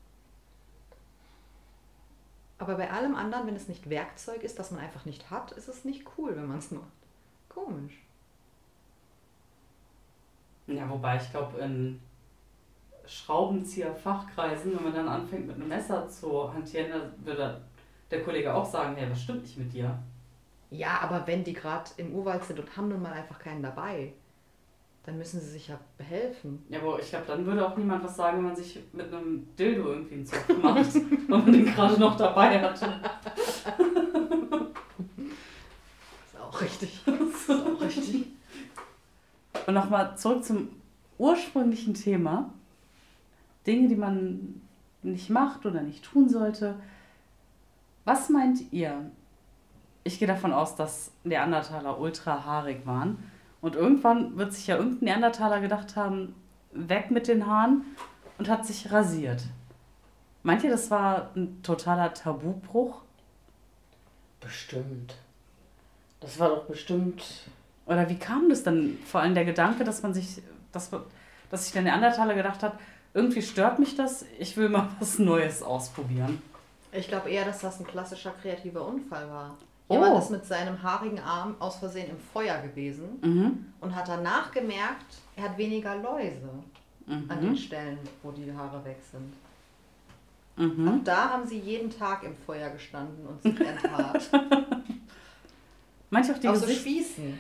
Aber bei allem anderen, wenn es nicht Werkzeug ist, das man einfach nicht hat, ist es nicht cool, wenn man es macht. Komisch. Ja, wobei ich glaube, in Schraubenzieher-Fachkreisen, wenn man dann anfängt mit einem Messer zu hantieren, da würde der Kollege auch sagen, hey, was stimmt nicht mit dir? Ja, aber wenn die gerade im Urwald sind und haben nun mal einfach keinen dabei, dann müssen sie sich ja behelfen. Ja, aber ich glaube, dann würde auch niemand was sagen, wenn man sich mit einem Dildo irgendwie einen Zopf macht, wenn man den gerade noch dabei hatte. Ist auch richtig. Ist auch richtig. Und nochmal zurück zum ursprünglichen Thema. Dinge, die man nicht macht oder nicht tun sollte. Was meint ihr? Ich gehe davon aus, dass Neandertaler ultra haarig waren. Und irgendwann wird sich ja irgendein Neandertaler gedacht haben, weg mit den Haaren und hat sich rasiert. Meint ihr, das war ein totaler Tabubruch? Bestimmt. Das war doch bestimmt. Oder wie kam das dann? Vor allem der Gedanke, dass sich der Neandertaler gedacht hat, irgendwie stört mich das. Ich will mal was Neues ausprobieren. Ich glaube eher, dass das ein klassischer kreativer Unfall war. Oh. Jemand ist mit seinem haarigen Arm aus Versehen im Feuer gewesen und hat danach gemerkt, er hat weniger Läuse an den Stellen, wo die Haare weg sind. Ab da haben sie jeden Tag im Feuer gestanden und sich enthaart. Manche auch die Auch so Gesicht- Spießen.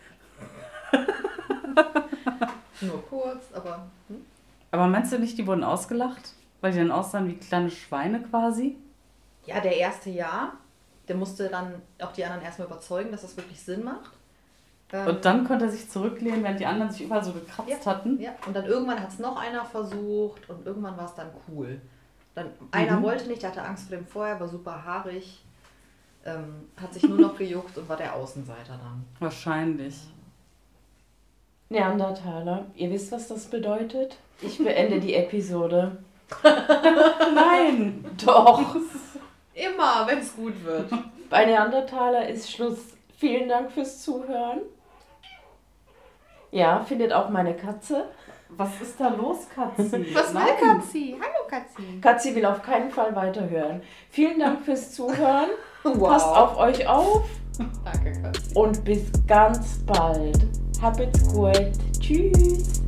Nur kurz, aber... Aber meinst du nicht, die wurden ausgelacht? Weil die dann aussahen wie kleine Schweine quasi? Ja, der erste ja. Der musste dann auch die anderen erstmal überzeugen, dass das wirklich Sinn macht. Und dann konnte er sich zurücklehnen, während die anderen sich überall so gekratzt hatten. Ja, und dann irgendwann hat es noch einer versucht und irgendwann war es dann cool. Dann einer wollte nicht, der hatte Angst vor dem Feuer, war super haarig, hat sich nur noch gejuckt und war der Außenseiter dann. Wahrscheinlich. Neandertaler, ihr wisst, was das bedeutet? Ich beende die Episode. Nein! Doch. Immer, wenn es gut wird. Bei Neandertaler ist Schluss. Vielen Dank fürs Zuhören. Ja, findet auch meine Katze. Was ist da los, Katzi? Was will Katzi? Hallo Katzi. Katzi will auf keinen Fall weiterhören. Vielen Dank fürs Zuhören. Wow. Passt auf euch auf Danke Katzi. und bis ganz bald. Habt's gut. Tschüss.